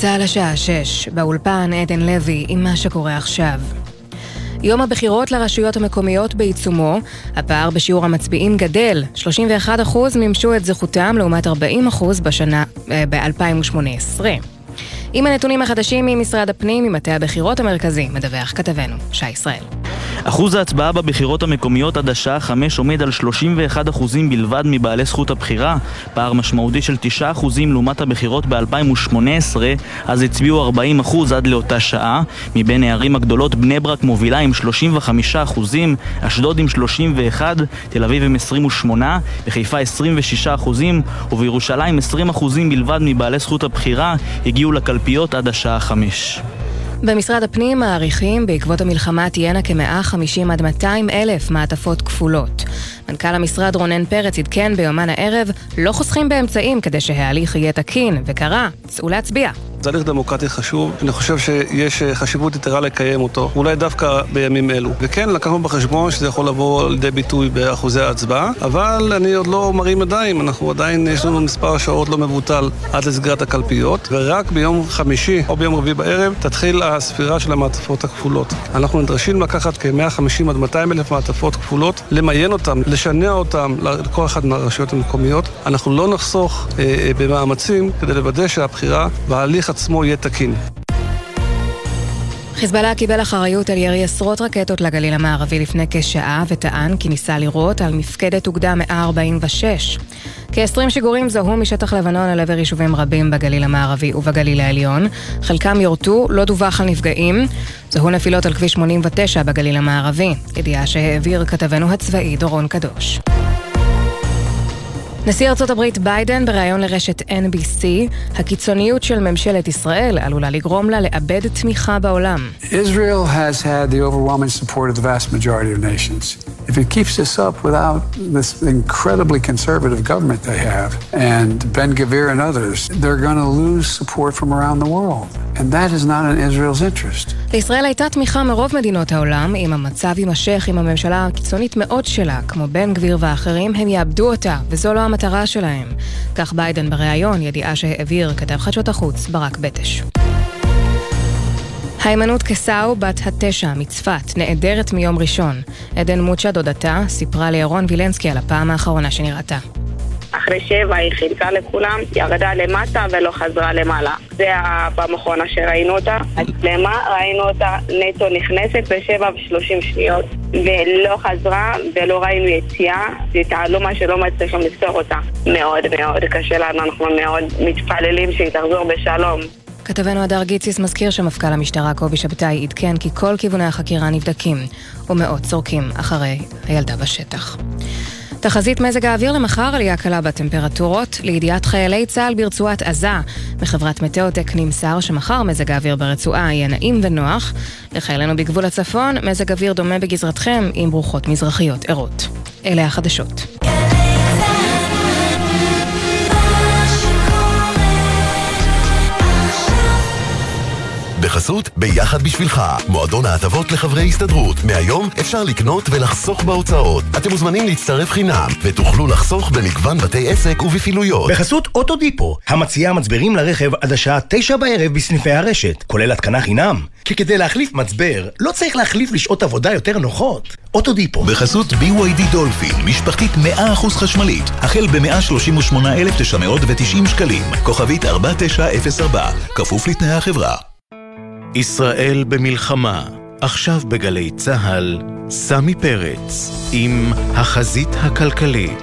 צהל השעה 6, באולפן עדן לוי עם מה שקורה עכשיו. יום הבחירות לרשויות המקומיות בעיצומו, הפער בשיעור המצביעים גדל, 31% מימשו את זכותם לעומת 40% בשנה ב-2018. עם הנתונים החדשים ממשרד הפנים, ממטה הבחירות המרכזי, מדווח כתבנו, שי ישראל. אחוז ההצבעה בבחירות המקומיות עד השעה 5 עומד על 31% בלבד מבעלי זכות הבחירה, פער משמעותי של 9% לעומת הבחירות ב-2018, אז הצביעו 40% עד לאותה שעה. מבין הערים הגדולות, בני ברק מובילה עם 35%, אשדוד עם 31%, תל אביב עם 28%, בחיפה 26%, ובירושלים 20% בלבד מבעלי זכות הבחירה הגיעו לקלפיות עד השעה 5. במשרד הפנים מעריכים בעקבות המלחמה תהיינה כ-150 עד 200 אלף מעטפות כפולות. מנכ"ל המשרד רונן פרץ עדכן ביומן הערב, לא חוסכים באמצעים כדי שההליך יהיה תקין, וקרא, צאו להצביע. זה הליך דמוקרטי חשוב, אני חושב שיש חשיבות יתרה לקיים אותו, אולי דווקא בימים אלו. וכן, לקחנו בחשבון שזה יכול לבוא לידי ביטוי באחוזי ההצבעה, אבל אני עוד לא מרים ידיים, אנחנו עדיין, יש לנו מספר שעות לא מבוטל עד לסגירת הקלפיות, ורק ביום חמישי או ביום רביעי בערב תתחיל הספירה של המעטפות הכפולות. אנחנו נדרשים לקחת כ-150 עד 200 אלף מעטפות כפולות, למיין אותם, לשנע אותם לכל אחד מהרשויות המקומיות. אנחנו לא נחסוך במאמצים כדי לוודא שהבחירה וההליך עצמו יהיה תקין. חיזבאללה קיבל אחריות על ירי עשרות רקטות לגליל המערבי לפני כשעה וטען כי ניסה לירות על מפקדת אוגדה 146. כ-20 שיגורים זוהו משטח לבנון על עבר יישובים רבים בגליל המערבי ובגליל העליון. חלקם יורטו, לא דווח על נפגעים. זוהו נפילות על כביש 89 בגליל המערבי. ידיעה שהעביר כתבנו הצבאי דורון קדוש. נשיא ארצות הברית ביידן בריאיון לרשת NBC, הקיצוניות של ממשלת ישראל עלולה לגרום לה לאבד תמיכה בעולם. Israel has had the overwhelming support of the vast majority of nations. If it keeps this up without this incredibly conservative government they have, and Ben Gvir and others, they're going to lose support from around the world. And that is not in Israel's interest. לישראל הייתה תמיכה מרוב מדינות העולם, אם המצב יימשך עם הממשלה הקיצונית מאוד שלה, כמו בן גביר ואחרים, הם יאבדו אותה, וזו לא המטרה שלהם. כך ביידן בריאיון, ידיעה שהעביר כתב חדשות החוץ ברק בטש. היימנוט קסאו, בת 9 מצפת, נעדרת מיום ראשון. עדן מוצ'ה, דודתה, סיפרה לירון וילנסקי על הפעם האחרונה שנראתה. אחרי 7 היא חילקה לכולם, ירדה למטה ולא חזרה למעלה. זה הפעם האחרונה שראינו אותה. למה ראינו אותה נטו נכנסת ב7:30 ולא חזרה ולא ראינו יציאה. זה תעלומה שלא מצליחים לפתור אותה. מאוד מאוד קשה לנו, אנחנו מאוד מתפללים שהיא תחזור בשלום. כתבנו הדר גיציס מזכיר שמפכ"ל המשטרה קובי שבתאי עדכן כי כל כיווני החקירה נבדקים ומאות צורקים אחרי הילדה בשטח. תחזית מזג האוויר למחר, עלייה קלה בטמפרטורות. לידיעת חיילי צה"ל ברצועת עזה, מחברת מטאוטק נמסר שמחר מזג האוויר ברצועה יהיה נעים ונוח. לחיילינו בגבול הצפון, מזג אוויר דומה בגזרתכם עם ברוחות מזרחיות ערות. אלה החדשות. בחסות ביחד בשבילך, מועדון ההטבות לחברי הסתדרות. מהיום אפשר לקנות ולחסוך בהוצאות. אתם מוזמנים להצטרף חינם ותוכלו לחסוך במגוון בתי עסק ובפעילויות. בחסות אוטודיפו, המציעה מצברים לרכב עד השעה 9 בערב בסניפי הרשת, כולל התקנה חינם. כי כדי להחליף מצבר, לא צריך להחליף לשעות עבודה יותר נוחות. אוטודיפו. בחסות BYD דולפין, משפחתית 100% חשמלית, החל ב-138,990 שקלים. כוכבית 4904, כפוף לתנאי החברה. ישראל במלחמה, עכשיו בגלי צהל, סמי פרץ עם החזית הכלכלית.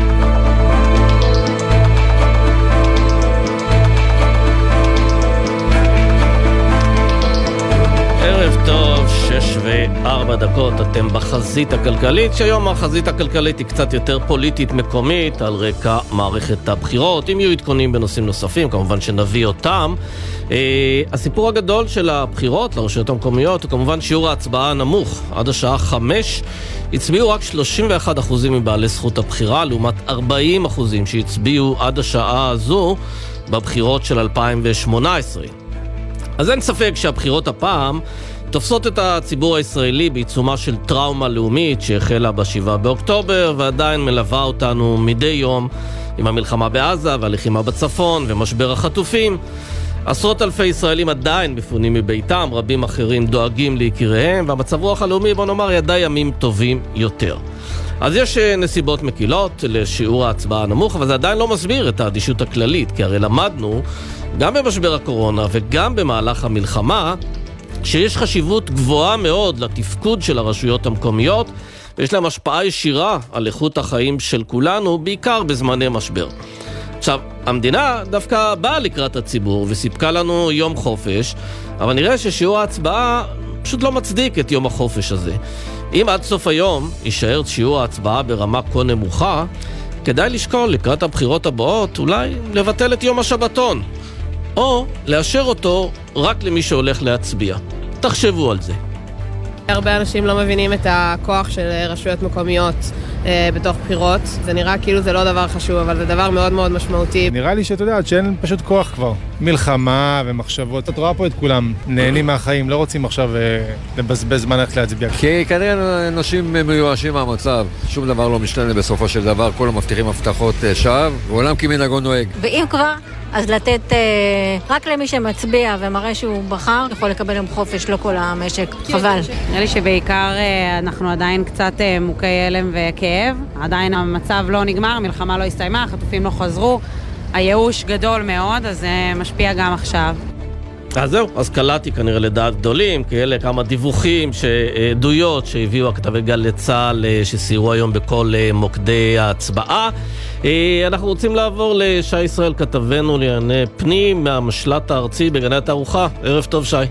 ערב טוב, 6:04, אתם בחזית הכלכלית, שהיום החזית הכלכלית היא קצת יותר פוליטית מקומית, על רקע מערכת הבחירות. אם יהיו עדכונים בנושאים נוספים, כמובן שנביא אותם. הסיפור הגדול של הבחירות לרשויות המקומיות הוא כמובן שיעור ההצבעה הנמוך. עד השעה 5 הצביעו רק 31% מבעלי זכות הבחירה, לעומת 40% שהצביעו עד השעה הזו בבחירות של 2018. אז אין ספק שהבחירות הפעם תופסות את הציבור הישראלי בעיצומה של טראומה לאומית שהחלה ב7 באוקטובר ועדיין מלווה אותנו מדי יום עם המלחמה בעזה והלחימה בצפון ומשבר החטופים. עשרות אלפי ישראלים עדיין מפונים מביתם, רבים אחרים דואגים ליקיריהם, והמצב רוח הלאומי, בוא נאמר, ידע ימים טובים יותר. אז יש נסיבות מקילות לשיעור ההצבעה הנמוך, אבל זה עדיין לא מסביר את האדישות הכללית, כי הרי למדנו, גם במשבר הקורונה וגם במהלך המלחמה, שיש חשיבות גבוהה מאוד לתפקוד של הרשויות המקומיות, ויש להם השפעה ישירה על איכות החיים של כולנו, בעיקר בזמני משבר. עכשיו, המדינה דווקא באה לקראת הציבור וסיפקה לנו יום חופש, אבל נראה ששיעור ההצבעה פשוט לא מצדיק את יום החופש הזה. אם עד סוף היום יישאר שיעור ההצבעה ברמה כה נמוכה, כדאי לשקול לקראת הבחירות הבאות אולי לבטל את יום השבתון, או לאשר אותו רק למי שהולך להצביע. תחשבו על זה. הרבה אנשים לא מבינים את הכוח של רשויות מקומיות בתוך בחירות. זה נראה כאילו זה לא דבר חשוב, אבל זה דבר מאוד מאוד משמעותי. נראה לי שאת יודעת שאין פשוט כוח כבר. מלחמה ומחשבות. את רואה פה את כולם, נהנים מהחיים, לא רוצים עכשיו לבזבז זמן איך להצביע. כי כנראה אנשים מיואשים מהמצב. שום דבר לא משתנה בסופו של דבר, כולם מבטיחים הבטחות שווא, ועולם כמנהגו נוהג. ואם כבר, אז לתת רק למי שמצביע ומראה שהוא בחר, יכול לקבל יום חופש, לא כל המשק. חבל. נראה לי שבעיקר אנחנו עדיין קצת מוכי הלם וכאב. עדיין המצב לא נגמר, המלחמה לא הסתיימה, החטופים לא חזרו. הייאוש גדול מאוד, אז זה משפיע גם עכשיו. אז זהו, אז קלעתי כנראה לדעת גדולים, כאלה כמה דיווחים, עדויות שהביאו הכתבי גלי צה"ל שסיירו היום בכל מוקדי ההצבעה. אנחנו רוצים לעבור לשי ישראל, כתבנו לענייני פנים מהמשלט הארצי בגני התערוכה. ערב טוב, שי.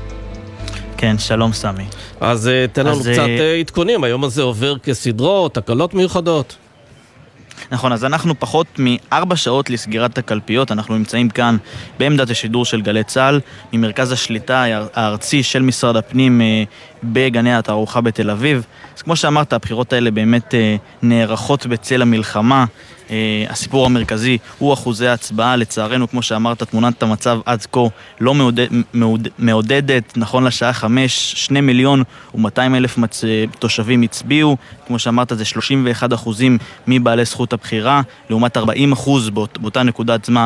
כן, שלום סמי. אז תן לנו קצת עדכונים, היום הזה עובר כסדרו, תקלות מיוחדות. נכון, אז אנחנו פחות מ4 שעות לסגירת הקלפיות, אנחנו נמצאים כאן בעמדת השידור של גלי צה"ל, ממרכז השליטה הארצי של משרד הפנים בגני התערוכה בתל אביב. אז כמו שאמרת, הבחירות האלה באמת נערכות בצל המלחמה. הסיפור המרכזי הוא אחוזי ההצבעה. לצערנו, כמו שאמרת, תמונת המצב עד כה לא מעודדת. נכון לשעה 5, 2,200,000 תושבים הצביעו. כמו שאמרת, זה 31% מבעלי זכות הבחירה, לעומת 40% באותה נקודת זמן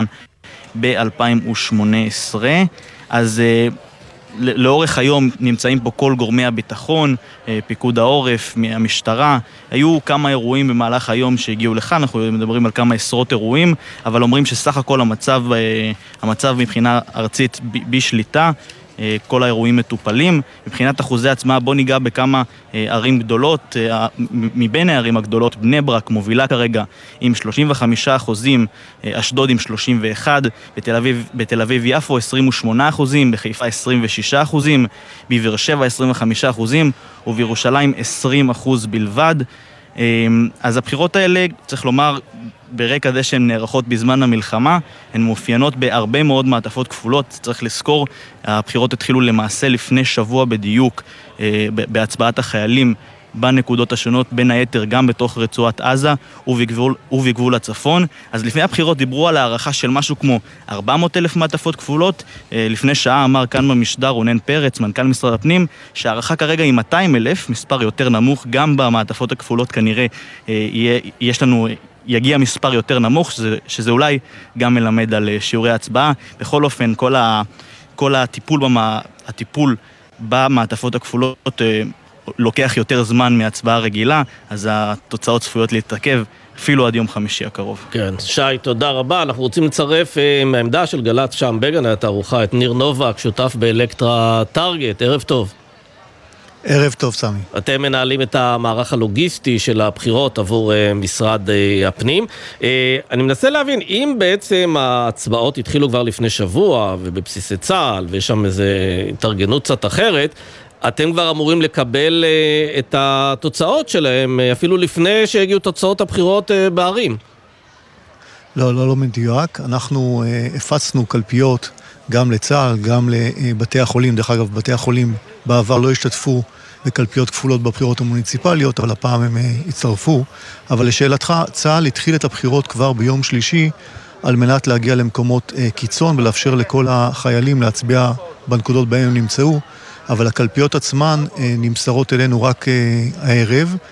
ב-2018. אז לאורך היום נמצאים פה כל גורמי הביטחון, פיקוד העורף, המשטרה. היו כמה אירועים במהלך היום שהגיעו לכאן, אנחנו מדברים על כמה עשרות אירועים, אבל אומרים שסך הכל המצב מבחינה ארצית בשליטה, כל האירועים מטופלים. מבחינת אחוזי הצבעה, בוא ניגע בכמה ערים גדולות. מבין הערים הגדולות, בני ברק מובילה כרגע עם 35%, אשדוד עם 31%, בתל אביב יפו 28%, בחיפה 26%, בבאר שבע 25%, ובירושלים 20% בלבד. אז הבחירות האלה, צריך לומר, ברקע זה שהן נערכות בזמן המלחמה, הן מאופיינות בהרבה מאוד מעטפות כפולות. צריך לזכור, הבחירות התחילו למעשה לפני שבוע בדיוק בהצבעת החיילים בנקודות השונות, בין היתר גם בתוך רצועת עזה ובגבול הצפון. אז לפני הבחירות דיברו על הערכה של משהו כמו 400,000 מעטפות כפולות. לפני שעה אמר כאן במשדר רונן פרץ, מנכ"ל משרד הפנים, שהערכה כרגע היא 200,000, מספר יותר נמוך. גם במעטפות הכפולות כנראה יגיע מספר יותר נמוך, שזה אולי גם מלמד על שיעורי ההצבעה. בכל אופן, כל הטיפול במעטפות הכפולות לוקח יותר זמן מהצבעה רגילה, אז התוצאות צפויות להתעכב אפילו עד יום חמישי הקרוב. כן, שי, תודה רבה. אנחנו רוצים לצרף מהעמדה של גל"צ שם בגני התערוכה את ניר נובק, שותף באלקטרה טארגט. ערב טוב. ערב טוב, סמי. אתם מנהלים את המערך הלוגיסטי של הבחירות עבור משרד הפנים. אני מנסה להבין, אם בעצם ההצבעות התחילו כבר לפני שבוע ובבסיסי צה"ל, ויש שם איזו התארגנות קצת אחרת, אתם כבר אמורים לקבל את התוצאות שלהם אפילו לפני שהגיעו תוצאות הבחירות בערים. לא מדויק. אנחנו הפצנו קלפיות גם לצה"ל, גם לבתי החולים. דרך אגב, בתי החולים בעבר לא השתתפו בקלפיות כפולות בבחירות המוניציפליות, אבל הפעם הם הצטרפו. אבל לשאלתך, צה"ל התחיל את הבחירות כבר ביום שלישי, על מנת להגיע למקומות קיצון ולאפשר לכל החיילים להצביע בנקודות בהם הם נמצאו. אבל הקלפיות עצמן נמסרות אלינו רק הערב.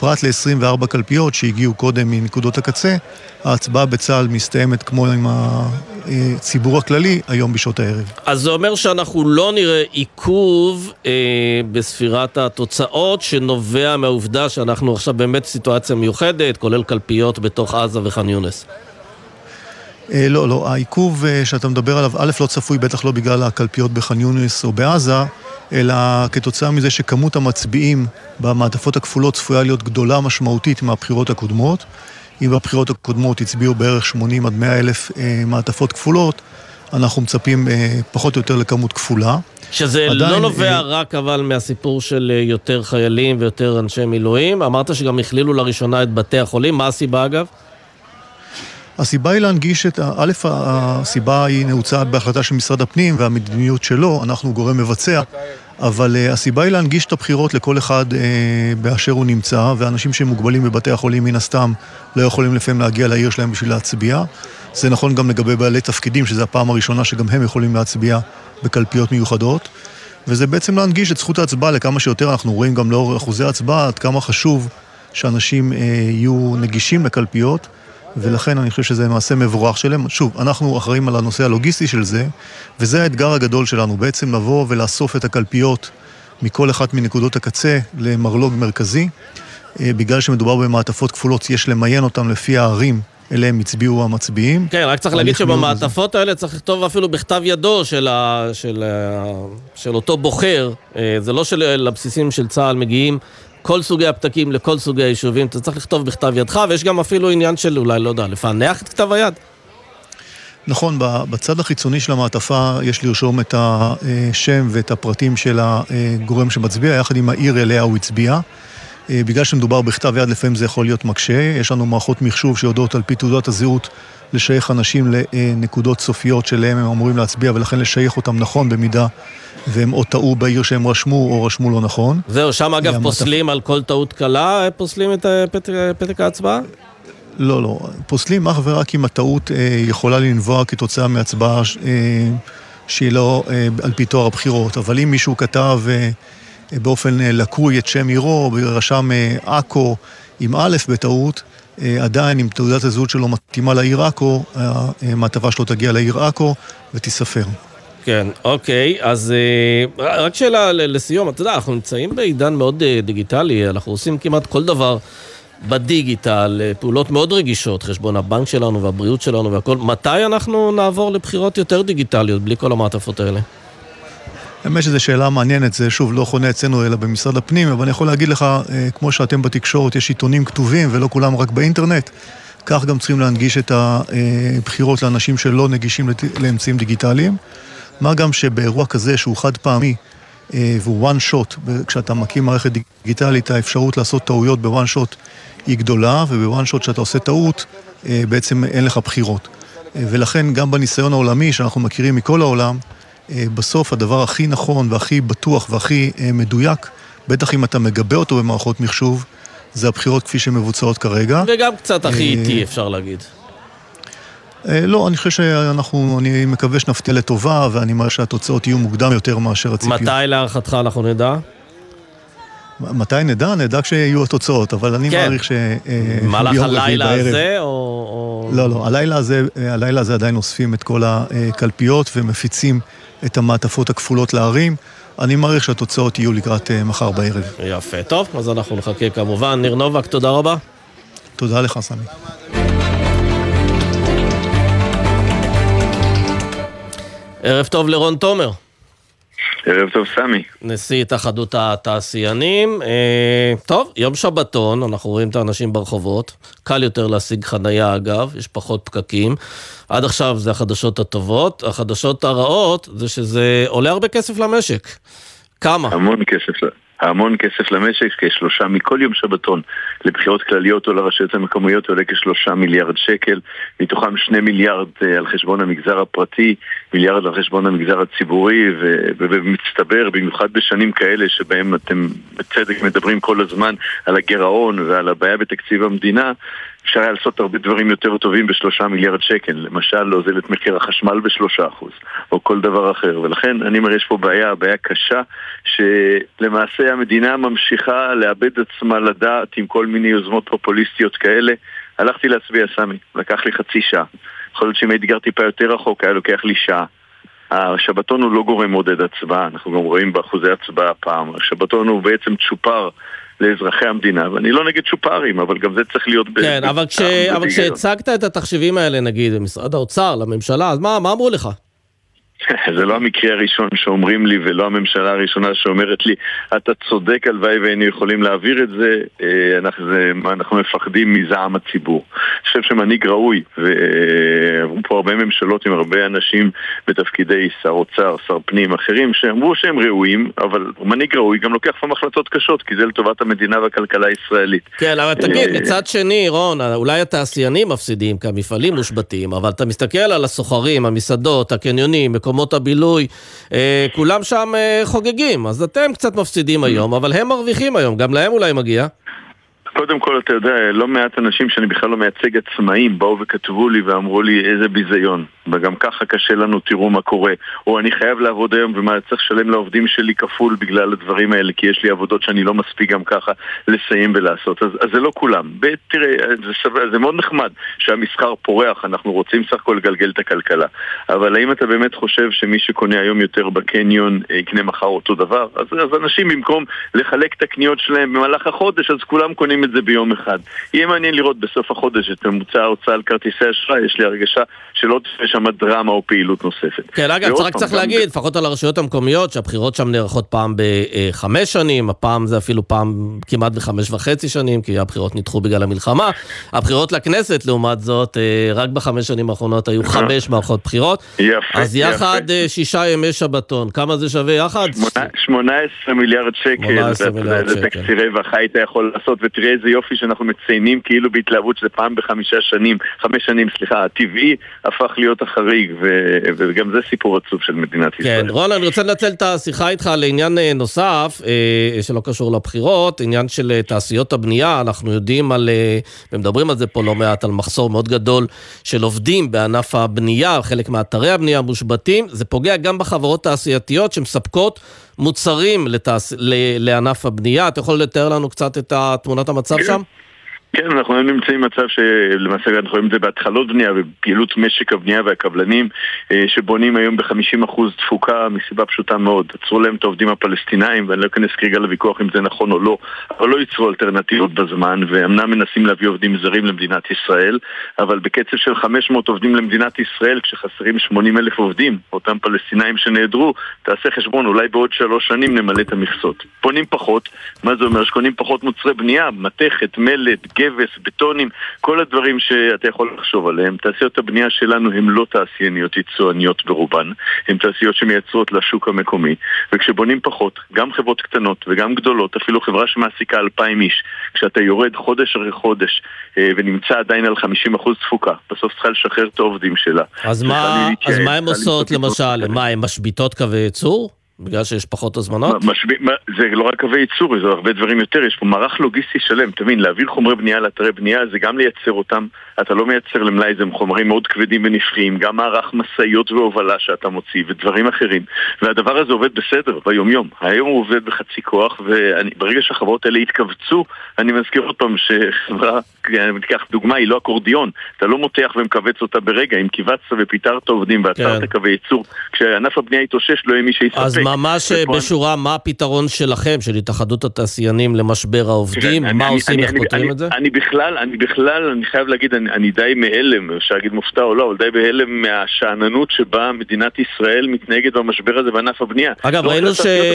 פרט ל-24 קלפיות שהגיעו קודם מנקודות הקצה, ההצבעה בצה"ל מסתיימת כמו עם הציבור הכללי היום בשעות הערב. אז זה אומר שאנחנו לא נראה עיכוב בספירת התוצאות שנובע מהעובדה שאנחנו עכשיו באמת סיטואציה מיוחדת, כולל קלפיות בתוך עזה וח'אן יונס. לא, העיכוב שאתה מדבר עליו, א' לא צפוי, בטח לא בגלל הקלפיות בח'אן יונס או בעזה, אלא כתוצאה מזה שכמות המצביעים במעטפות הכפולות צפויה להיות גדולה משמעותית מהבחירות הקודמות. אם בבחירות הקודמות הצביעו בערך 80 עד 100 אלף מעטפות כפולות, אנחנו מצפים פחות או יותר לכמות כפולה. שזה עדיין, לא נובע רק אבל מהסיפור של יותר חיילים ויותר אנשי מילואים. אמרת שגם הכלילו לראשונה את בתי החולים. מה הסיבה אגב? הסיבה היא להנגיש הסיבה היא נעוצה בהחלטה של משרד הפנים והמדיניות שלו, אנחנו גורם מבצע, אבל הסיבה היא להנגיש את הבחירות לכל אחד באשר הוא נמצא, ואנשים שמוגבלים בבתי החולים מן הסתם לא יכולים לפעמים להגיע לעיר שלהם בשביל להצביע. זה נכון גם לגבי בעלי תפקידים, שזו הפעם הראשונה שגם הם יכולים להצביע בקלפיות מיוחדות, וזה בעצם להנגיש את זכות ההצבעה לכמה שיותר. אנחנו רואים גם לאור אחוזי ההצבעה עד כמה חשוב שאנשים יהיו נגישים לקלפיות, ולכן אני חושב שזה מעשה מבורך שלהם. שוב, אנחנו אחראים על הנושא הלוגיסטי של זה, וזה האתגר הגדול שלנו, בעצם לבוא ולאסוף את הקלפיות מכל אחת מנקודות הקצה למרלוג מרכזי. בגלל שמדובר במעטפות כפולות, יש למיין אותם לפי הערים אליהם הצביעו המצביעים. כן, רק צריך להגיד שבמעטפות האלה צריך לכתוב אפילו בכתב ידו של אותו בוחר. זה לא שלבסיסים של צה"ל מגיעים כל סוגי הפתקים לכל סוגי היישובים, אתה צריך לכתוב בכתב ידך, ויש גם אפילו עניין של אולי, לא יודע, לפענח את כתב היד. נכון, בצד החיצוני של המעטפה יש לרשום את השם ואת הפרטים של הגורם שמצביע, יחד עם העיר אליה הוא הצביע. בגלל שמדובר בכתב יד, לפעמים זה יכול להיות מקשה. יש לנו מערכות מחשוב שיודעות על פי תעודת הזהות לשייך אנשים לנקודות סופיות שלהם הם אמורים להצביע, ולכן לשייך אותם נכון במידה והם או טעו בעיר שהם רשמו או רשמו לא נכון. זהו, שם אגב פוסלים על כל טעות קלה, פוסלים את פתק ההצבעה? לא, פוסלים אך ורק אם הטעות יכולה לנבוע כתוצאה מהצבעה שהיא לא על פי תואר הבחירות, אבל אם מישהו כתב באופן לקוי את שם עירו, רשם אקו עם א' בטעות, עדיין אם תעודת הזהות שלו מתאימה לעיר אקו, המעטפה שלו תגיע לעיר אקו ותספר. כן, אוקיי, אז רק שאלה לסיום, אתה יודע, אנחנו נמצאים בעידן מאוד דיגיטלי, אנחנו עושים כמעט כל דבר בדיגיטל, פעולות מאוד רגישות, חשבון הבנק שלנו והבריאות שלנו והכל. מתי אנחנו נעבור לבחירות יותר דיגיטליות, בלי כל המעטפות האלה? האמת שזו שאלה מעניינת, זה שוב לא חונה אצלנו אלא במשרד הפנים, אבל אני יכול להגיד לך, כמו שאתם בתקשורת, יש עיתונים כתובים ולא כולם רק באינטרנט, כך גם צריכים להנגיש את הבחירות לאנשים שלא נגישים לאמצעים דיגיטליים. מה גם שבאירוע כזה שהוא חד פעמי והוא one shot, כשאתה מקים מערכת דיגיטלית, האפשרות לעשות טעויות בוואן שוט היא גדולה, ובוואן שוט שאתה עושה טעות, בעצם אין לך בחירות. ולכן גם בניסיון העולמי שאנחנו מכירים מכל העולם, בסוף הדבר הכי נכון והכי בטוח והכי מדויק, בטח אם אתה מגבה אותו במערכות מחשוב, זה הבחירות כפי שמבוצעות כרגע. וגם קצת הכי איטי אפשר להגיד. לא, אני חושב אני מקווה שנפתיע לטובה, ואני אומר שהתוצאות יהיו מוקדם יותר מאשר הציפיות. מתי להערכתך אנחנו נדע? מתי נדע? נדע כשיהיו התוצאות, אבל אני מעריך מהלך הלילה הזה או... לא, הלילה הזה עדיין אוספים את כל הקלפיות ומפיצים את המעטפות הכפולות לערים. אני מעריך שהתוצאות יהיו לקראת מחר בערב. יפה, טוב, אז אנחנו נחכה כמובן. ניר נובק, תודה רבה. תודה לך, סמי. ערב טוב לרון תומר. ערב טוב סמי. נשיא התאחדות התעשיינים. טוב, יום שבתון, אנחנו רואים את האנשים ברחובות. קל יותר להשיג חנייה אגב, יש פחות פקקים. עד עכשיו זה החדשות הטובות. החדשות הרעות זה שזה עולה הרבה כסף למשק. כמה? המון כסף למשק, כ3 מכל יום שבתון לבחירות כלליות או לרשויות המקומיות עולה כ3 מיליארד שקל, מתוכם 2 מיליארד על חשבון המגזר הפרטי, מיליארד על חשבון המגזר הציבורי, ומצטבר במיוחד בשנים כאלה שבהם אתם בצדק מדברים כל הזמן על הגירעון ועל הבעיה בתקציב המדינה. אפשר היה לעשות הרבה דברים יותר טובים ב3 מיליארד שקל, למשל להוזיל את מחיר החשמל ב3%, או כל דבר אחר, ולכן אני אומר יש פה בעיה קשה, שלמעשה המדינה ממשיכה לאבד עצמה לדעת עם כל מיני יוזמות פופוליסטיות כאלה. הלכתי להצביע, סמי, לקח לי חצי שעה. יכול להיות שאם הייתי גר טיפה יותר רחוק, היה לוקח לי שעה. השבתון הוא לא גורם מודד הצבעה, אנחנו גם רואים באחוזי הצבעה פעם. השבתון הוא בעצם צ'ופר לאזרחי המדינה, ואני לא נגד צ'ופרים, אבל גם זה צריך להיות... כן, אבל כשהצגת את התחשיבים האלה, נגיד, במשרד האוצר, לממשלה, אז מה אמרו לך? זה לא המקרה הראשון שאומרים לי, ולא הממשלה הראשונה שאומרת לי, אתה צודק, הלוואי והיינו יכולים להעביר את זה, אנחנו מפחדים מזעם הציבור. אני חושב שמנהיג ראוי, ועברו פה הרבה ממשלות עם הרבה אנשים בתפקידי שר אוצר, שר פנים, אחרים, שאמרו שהם ראויים, אבל מנהיג ראוי גם לוקח פעם החלטות קשות, כי זה לטובת המדינה והכלכלה הישראלית. כן, אבל תגיד, מצד שני, רון, אולי התעשיינים מפסידים, כי המפעלים מושבתים, אבל אתה מסתכל על הסוחרים, המסעדות, הקניונים, מקומות הבילוי, כולם שם חוגגים, אז אתם קצת מפסידים היום, אבל הם מרוויחים היום, גם להם אולי מגיע. קודם כל, אתה יודע, לא מעט אנשים שאני בכלל לא מייצג עצמאים, באו וכתבו לי ואמרו לי איזה ביזיון, וגם ככה קשה לנו, תראו מה קורה, או אני חייב לעבוד היום ומה צריך לשלם לעובדים שלי כפול בגלל הדברים האלה, כי יש לי עבודות שאני לא מספיק גם ככה לסיים ולעשות, אז זה לא כולם. תראה, זה מאוד נחמד שהמסחר פורח, אנחנו רוצים סך הכל לגלגל את הכלכלה, אבל האם אתה באמת חושב שמי שקונה היום יותר בקניון יקנה מחר אותו דבר? אז אנשים במקום לחלק את הקניות שלהם במהלך החודש, אז כולם קונים את זה ביום אחד. יהיה מעניין לראות בסוף החודש את ממוצע ההוצאה על כרטיסי אשראי, יש לי הרגשה שלא תהיה שם דרמה או פעילות נוספת. כן, אגב, רק צריך להגיד, לפחות על הרשויות המקומיות, שהבחירות שם נערכות פעם ב5 שנים, הפעם זה אפילו פעם כמעט ב5.5 שנים, כי הבחירות נדחו בגלל המלחמה. הבחירות לכנסת, לעומת זאת, רק ב5 שנים האחרונות היו 5 מערכות בחירות. יפה. אז יחד 6 ימי שבתון. כמה זה שווה יחד? 18 מיליארד שקל. זה תקצירי רווח היית יכול לעשות, ותראה איזה יופי שאנחנו מציינים כאילו בהתלהבות שזה פעם ב5 שנים, הטבעי הפך להיות החריג, וגם זה סיפור עצוב של מדינת ישראל. כן, רון, אני רוצה לנצל את השיחה איתך לעניין נוסף, שלא קשור לבחירות, עניין של תעשיות הבנייה. אנחנו יודעים ומדברים על זה פה לא מעט, על מחסור מאוד גדול של עובדים בענף הבנייה, חלק מאתרי הבנייה מושבתים, זה פוגע גם בחברות תעשייתיות שמספקות מוצרים לענף הבנייה. אתה יכול לתאר לנו קצת את תמונת המצב שם? כן, אנחנו נמצאים במצב שלמעשה אנחנו רואים את זה בהתחלות בנייה ופעילות משק הבנייה והקבלנים שבונים היום ב50% תפוקה מסיבה פשוטה מאוד. עצרו להם את העובדים הפלסטינאים, ואני לא אכנס כרגע לוויכוח אם זה נכון או לא, אבל לא ייצרו אלטרנטיבות בזמן, ואמנם מנסים להביא עובדים זרים למדינת ישראל, אבל בקצב של 500 עובדים למדינת ישראל, כשחסרים 80,000 עובדים, אותם פלסטינאים שנעדרו, תעשה חשבון, אולי בעוד 3 שנים נמלא את המכסות. בונים פחות, מה זה אומר? שקונים פחות מוצרי בנייה, מתכת, מלט, גבס, בטונים, כל הדברים שאתה יכול לחשוב עליהם. תעשיות הבנייה שלנו הן לא תעשייניות יצואניות ברובן, הן תעשיות שמייצרות לשוק המקומי, וכשבונים פחות, גם חברות קטנות וגם גדולות, אפילו חברה שמעסיקה 2,000 איש, כשאתה יורד חודש אחרי חודש ונמצא עדיין על 50% תפוקה, בסוף צריכה לשחרר את העובדים שלה. אז מה הן עושות למשל? מה, הן משביתות קווי ייצור? בגלל שיש פחות הזמנות? זה לא רק קווי ייצור, זה הרבה דברים יותר. יש פה מערך לוגיסטי שלם. תבין, להעביר חומרי בנייה לאתרי בנייה זה גם לייצר אותם. אתה לא מייצר למלאי, זה חומרים מאוד כבדים ונפחיים, גם מערך מסעיות והובלה שאתה מוציא ודברים אחרים. והדבר הזה עובד בסדר ביום-יום. היום הוא עובד בחצי כוח, וברגע שהחברות האלה התכווצו, אני מזכיר עוד פעם שחברה, אני אקח דוגמה, היא לא אקורדיון. אתה לא מותח ומכווץ אותה ברגע. אם קיבצת ופיתרת עובדים ועצרת קווי ייצור, כשענף הבנייה יתאושש, לא יהיה מי שיספק. אז ממש בשורה, מה הפתרון שלכם, של התאחדות התעשיינים למשבר העובדים? מה עושים, איך פותרים את זה? אני בכלל, אני חייב להגיד, אני די מהלם, אפשר להגיד מופתע או לא, אבל די בהלם מהשעננות שבה מדינת ישראל מתנהגת במשבר הזה בענף הבנייה. אגב, ראינו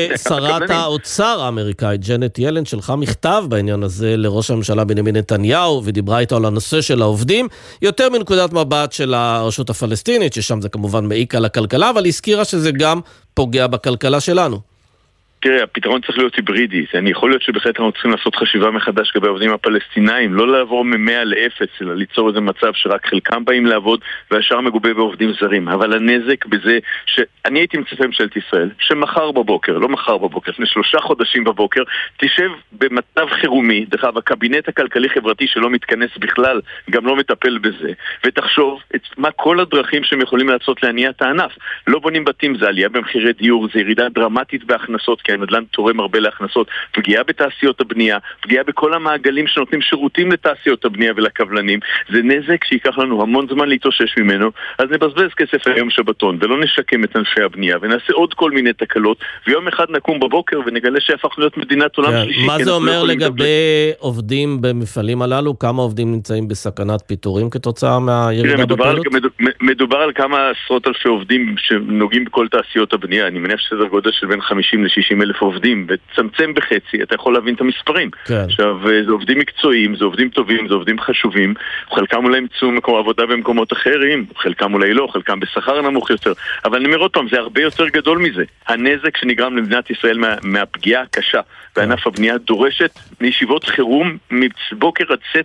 ששרת האוצר האמריקאית, ג'נט ילן, שלחה מכתב בעניין הזה לראש הממשלה בנימין נתניהו, ודיברה איתו על הנושא של העובדים, יותר מנקודת מבט של הרשות הפלסטינית, ששם זה כמובן מעיק על הכלכלה, אבל הזכירה שזה גם פוגע בכלכלה שלנו. תראה, הפתרון צריך להיות היברידי. אני יכול להיות שבחלט אנחנו צריכים לעשות חשיבה מחדש לגבי העובדים הפלסטינאים, לא לעבור מ100 ל0, אלא ליצור איזה מצב שרק חלקם באים לעבוד והשאר מגובה בעובדים זרים. אבל הנזק בזה שאני הייתי מצפה ממשלת ישראל, שמחר בבוקר, לא מחר בבוקר, לפני 3 חודשים בבוקר, תשב במצב חירומי, דרך אגב, הקבינט הכלכלי-חברתי שלא מתכנס בכלל, גם לא מטפל בזה, ותחשוב מה כל הדרכים שהם יכולים לעשות להניע את הענף. לא בונים בתים, זה עלייה במחירי דיור, זה ירידה דרמטית בהכנסות, כי הנדל"ן תורם הרבה להכנסות, פגיעה בתעשיות הבנייה, פגיעה בכל המעגלים שנותנים שירותים לתעשיות הבנייה ולקבלנים. זה נזק שיקח לנו המון זמן להתאושש ממנו, אז נבזבז כסף היום שבתון, ולא נשקם את אנשי הבנייה, ונעשה עוד כל מיני תקלות, ויום אחד נקום בבוקר ונגלה שהפך להיות מדינת עולם שלישי. מה זה אומר לגבי עובדים במפעלים הללו? כמה עובדים נמצאים בסכנת פיטורים כתוצאה מהירידה בפעילות? מדובר על כמה עשרות אלפי עובדים שנוגעים בכל תעשיות הבנייה. אני מניח שסדר גודל של בין 50 ל-60 אלף עובדים, וצמצם בחצי, אתה יכול להבין את המספרים. עכשיו, זה עובדים מקצועיים, זה עובדים טובים, זה עובדים חשובים, חלקם אולי ימצאו מקום עבודה במקומות אחרים, חלקם אולי לא, חלקם בשכר נמוך יותר, אבל אני אומר עוד פעם, זה הרבה יותר גדול מזה. הנזק שנגרם למדינת ישראל מהפגיעה הקשה, וענף הבנייה דורשת מישיבות חירום מבוקר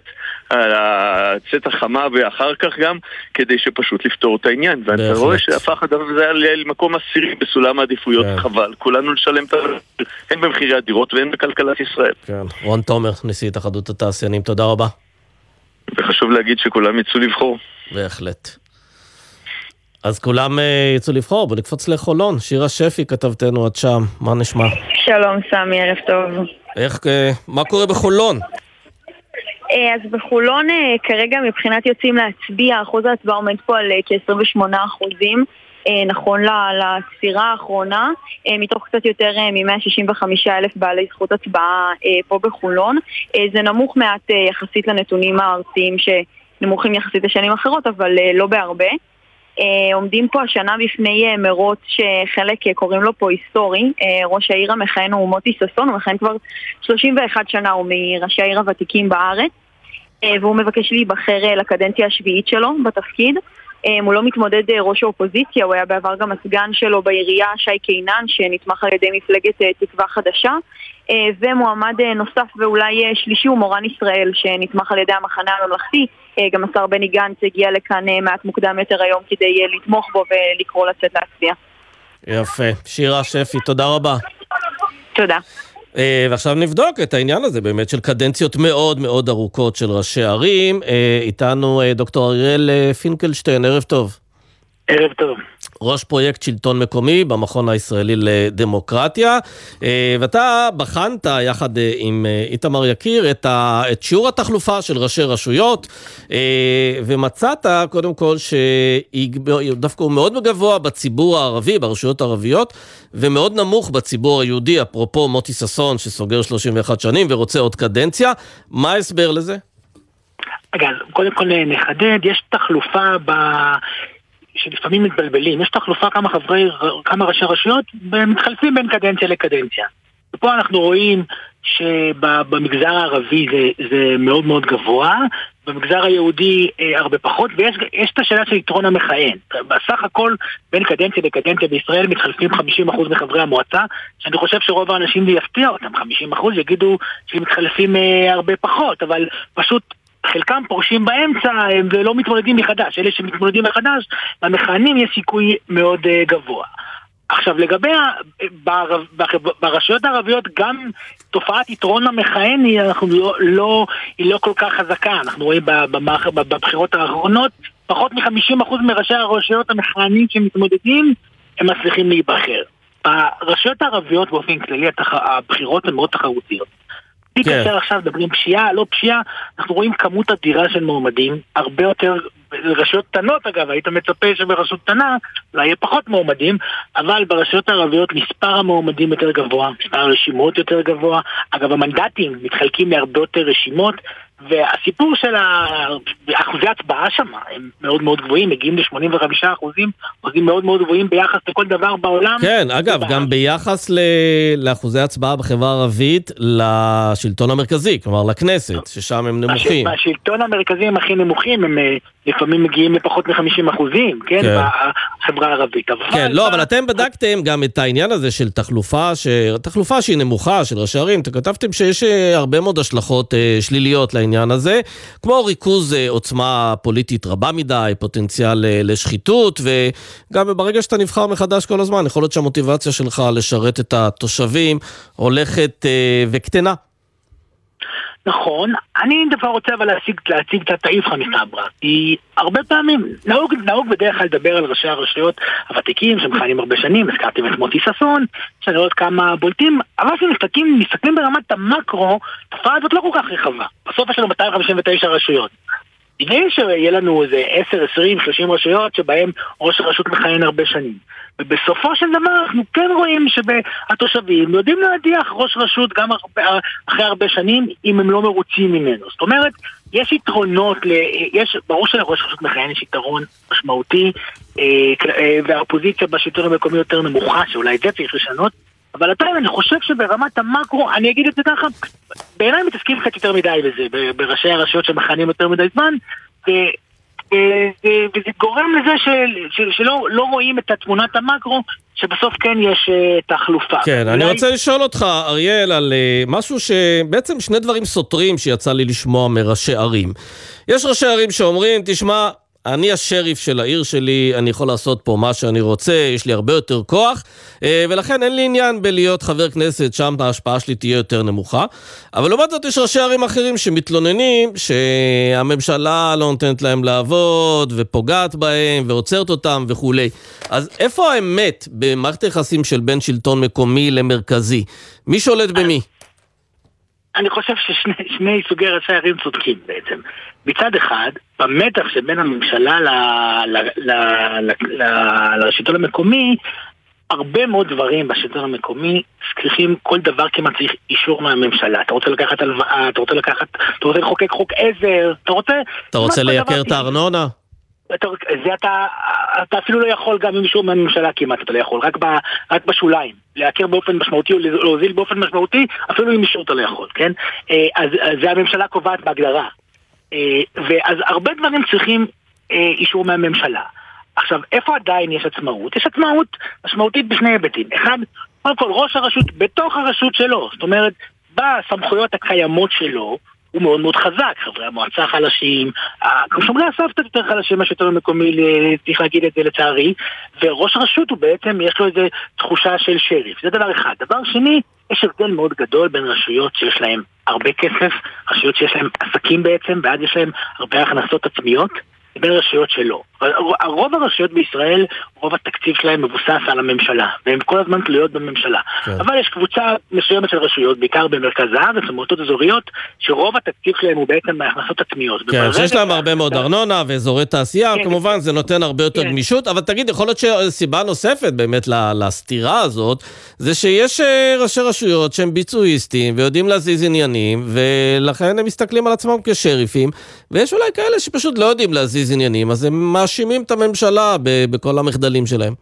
הצאת החמה ואחר כך גם, כדי שפשוט לפתור את העניין. ואתה רואה שהפך הדבר הזה למקום עשירי בסולם העדיפויות, חבל. כולנו נשלם את זה, הן במחירי הדירות והן בכלכלת ישראל. רון תומר, נשיא התאחדות התעשיינים, תודה רבה. וחשוב להגיד שכולם יצאו לבחור. בהחלט. אז כולם יצאו לבחור, בוא נקפוץ לחולון. שירה שפי, כתבתנו עד שם, מה נשמע? שלום סמי, ערב טוב. מה קורה בחולון? אז בחולון כרגע מבחינת יוצאים להצביע, אחוז ההצבעה עומד פה על כ-28%, נכון לספירה האחרונה, מתוך קצת יותר מ-165,000 בעלי זכות הצבעה פה בחולון. זה נמוך מעט יחסית לנתונים הארציים שנמוכים יחסית לשנים אחרות, אבל לא בהרבה. עומדים פה השנה בפני מרוץ שחלק קוראים לו פה היסטורי. ראש העיר המכהן הוא מוטי ששון, הוא מכהן כבר 31 שנה, הוא מראשי העיר הוותיקים בארץ, והוא מבקש להיבחר לקדנציה השביעית שלו בתפקיד. הוא לא מתמודד ראש האופוזיציה, הוא היה בעבר גם הסגן שלו בעירייה, שי קינן, שנתמך על ידי מפלגת תקווה חדשה, ומועמד נוסף ואולי שלישי הוא מורן ישראל, שנתמך על ידי המחנה הממלכתי. גם השר בני גנץ הגיע לכאן מעט מוקדם יותר היום כדי לתמוך בו ולקרוא לצאת להצביע. יפה. שירה שפי, תודה רבה. תודה. ועכשיו נבדוק את העניין הזה באמת של קדנציות מאוד מאוד ארוכות של ראשי ערים. איתנו דוקטור אריאל פינקלשטיין, ערב טוב. ערב טוב. ראש פרויקט שלטון מקומי במכון הישראלי לדמוקרטיה, ואתה בחנת יחד עם איתמר יקיר את שיעור התחלופה של ראשי רשויות, ומצאת קודם כל שדווקא הוא מאוד גבוה בציבור הערבי, ברשויות הערביות, ומאוד נמוך בציבור היהודי, אפרופו מוטי ששון שסוגר 31 שנים ורוצה עוד קדנציה. מה ההסבר לזה? אגב, קודם כל נחדד, יש תחלופה שלפעמים מתבלבלים, יש תחלופה כמה ראשי רשויות מתחלפים בין קדנציה לקדנציה. ופה אנחנו רואים שבמגזר הערבי זה מאוד מאוד גבוה, במגזר היהודי הרבה פחות, ויש את השאלה של יתרון המכהן. בסך הכל בין קדנציה לקדנציה בישראל מתחלפים 50% מחברי המועצה, שאני חושב שרוב האנשים זה יפתיע אותם, 50% יגידו שמתחלפים הרבה פחות, אבל פשוט חלקם פורשים באמצע ולא מתמודדים מחדש. אלה שמתמודדים מחדש, למכהנים יש סיכוי מאוד גבוה. עכשיו, לגבי ברשויות הערביות, גם תופעת יתרון המכהן היא לא כל כך חזקה. אנחנו רואים בבחירות האחרונות, פחות מ-50% מראשי הרשויות המכהנים שמתמודדים, הם מצליחים להיבחר. ברשויות הערביות באופן כללי, הבחירות הן מאוד תחרותיות. כאשר עכשיו מדברים פשיעה, לא פשיעה, אנחנו רואים כמות אדירה של מועמדים, הרבה יותר, רשויות קטנות אגב, היית מצפה שברשות קטנה לא יהיה פחות מועמדים, אבל ברשויות הערביות מספר המועמדים יותר גבוה, מספר הרשימות יותר גבוה, אגב המנדטים מתחלקים להרבה יותר רשימות, והסיפור של אחוזי הצבעה שם הם מאוד מאוד גבוהים, מגיעים ל-85%, אחוזים מאוד מאוד גבוהים ביחס לכל דבר בעולם. כן, אגב, גם ביחס לאחוזי הצבעה בחברה הערבית לשלטון המרכזי, כלומר לכנסת, ששם הם נמוכים. בשלטון המרכזי הם הכי נמוכים, הם לפעמים מגיעים לפחות מ-50%, כן, בחברה הערבית. כן, לא, אבל אתם בדקתם גם את העניין הזה של תחלופה שהיא נמוכה של ראשי ערים, אתם כתבתם שיש הרבה מאוד השלכות שליליות לעניין הזה, כמו ריכוז עוצמה פוליטית רבה מדי, פוטנציאל לשחיתות, וגם ברגע שאתה נבחר מחדש כל הזמן, יכול להיות שהמוטיבציה שלך לשרת את התושבים הולכת וקטנה. נכון, אני דווקא רוצה אבל להציג את האיפכא מסתברא, כי הרבה פעמים נהוג בדרך כלל לדבר על ראשי הרשויות הוותיקים שמכהנים הרבה שנים, הזכרתם את מוטי ששון, יש לנו עוד כמה בולטים, אבל כשמסתכלים ברמת המקרו, התופעה הזאת לא כל כך רחבה. בסוף יש לנו 259 רשויות. טבעי שיהיה לנו איזה 10, 20, 30 רשויות שבהם ראש הרשות מכהן הרבה שנים. ובסופו של דבר אנחנו כן רואים שהתושבים יודעים להדיח ראש רשות גם אחרי הרבה שנים אם הם לא מרוצים ממנו. זאת אומרת, יש יתרונות, ברור שלראש רשות מכהן יש יתרון משמעותי, והאופוזיציה בשלטון המקומי יותר נמוכה, שאולי זה צריך לשנות, אבל עדיין אני חושב שברמת המקרו, אני אגיד את זה ככה, בעיניי מתעסקים קצת יותר מדי בזה, בראשי הרשויות שמכהנים יותר מדי זמן, וזה גורם לזה שלא רואים את תמונת המקרו, שבסוף כן יש תחלופה. כן, אני רוצה לשאול אותך, אריאל, על משהו שבעצם שני דברים סותרים שיצא לי לשמוע מראשי ערים. יש ראשי ערים שאומרים, תשמע, אני השריף של העיר שלי, אני יכול לעשות פה מה שאני רוצה, יש לי הרבה יותר כוח, ולכן אין לי עניין בלהיות חבר כנסת, שם ההשפעה שלי תהיה יותר נמוכה. אבל לעומת זאת יש ראשי ערים אחרים שמתלוננים שהממשלה לא נותנת להם לעבוד, ופוגעת בהם, ועוצרת אותם וכו'. אז איפה האמת במערכת היחסים של בין שלטון מקומי למרכזי? מי שולט במי? אני חושב ששני סוגי ראשי ערים צודקים בעצם. מצד אחד, במתח שבין הממשלה לשלטון המקומי, הרבה מאוד דברים בשלטון המקומי צריכים, כל דבר כמעט צריך אישור מהממשלה. אתה רוצה לקחת הלוואה, אתה רוצה לחוקק חוק עזר, אתה רוצה לייקר את הארנונה? זה אתה אפילו לא יכול גם עם אישור מהממשלה כמעט, אתה לא יכול, רק בשוליים. לייקר באופן משמעותי או להוזיל באופן משמעותי, אפילו עם אישור אתה לא יכול, כן? אז זה הממשלה קובעת בהגדרה. ואז הרבה דברים צריכים אישור מהממשלה. עכשיו, איפה עדיין יש עצמאות? יש עצמאות משמעותית בשני היבטים. אחד, קודם כל, ראש הרשות בתוך הרשות שלו, זאת אומרת, בסמכויות הקיימות שלו, הוא מאוד מאוד חזק, חברי המועצה חלשים, גם שומרי הסף קצת יותר חלשים מהשלטון המקומי, צריך להגיד את זה לצערי, וראש הרשות הוא בעצם, יש לו איזו תחושה של שריף, זה דבר אחד. דבר שני, יש הבדל מאוד גדול בין רשויות שיש להם הרבה כסף, רשויות שיש להם עסקים בעצם, ועד יש להם הרבה הכנסות עצמיות, בין רשויות שלא. רוב הרשויות בישראל, רוב התקציב שלהם מבוסס על הממשלה, והן כל הזמן תלויות בממשלה. אבל יש קבוצה מסוימת של רשויות, בעיקר במרכז הארץ, במועצות אזוריות, שרוב התקציב שלהם הוא בעצם מהכנסות עצמיות. כן, שיש להם הרבה מאוד ארנונה ואזורי תעשייה, כמובן זה נותן הרבה יותר גמישות, אבל תגיד, יכול להיות שסיבה נוספת באמת לסתירה הזאת, זה שיש ראשי רשויות שהם ביצועיסטים ויודעים להזיז עניינים, ולכן הם מסתכלים על עצמם כשריפים, ויש אולי כאלה שפשוט לא יודעים להזיז עניינים, אז הם מאשימים את הממשלה בכל המחדלים שלהם.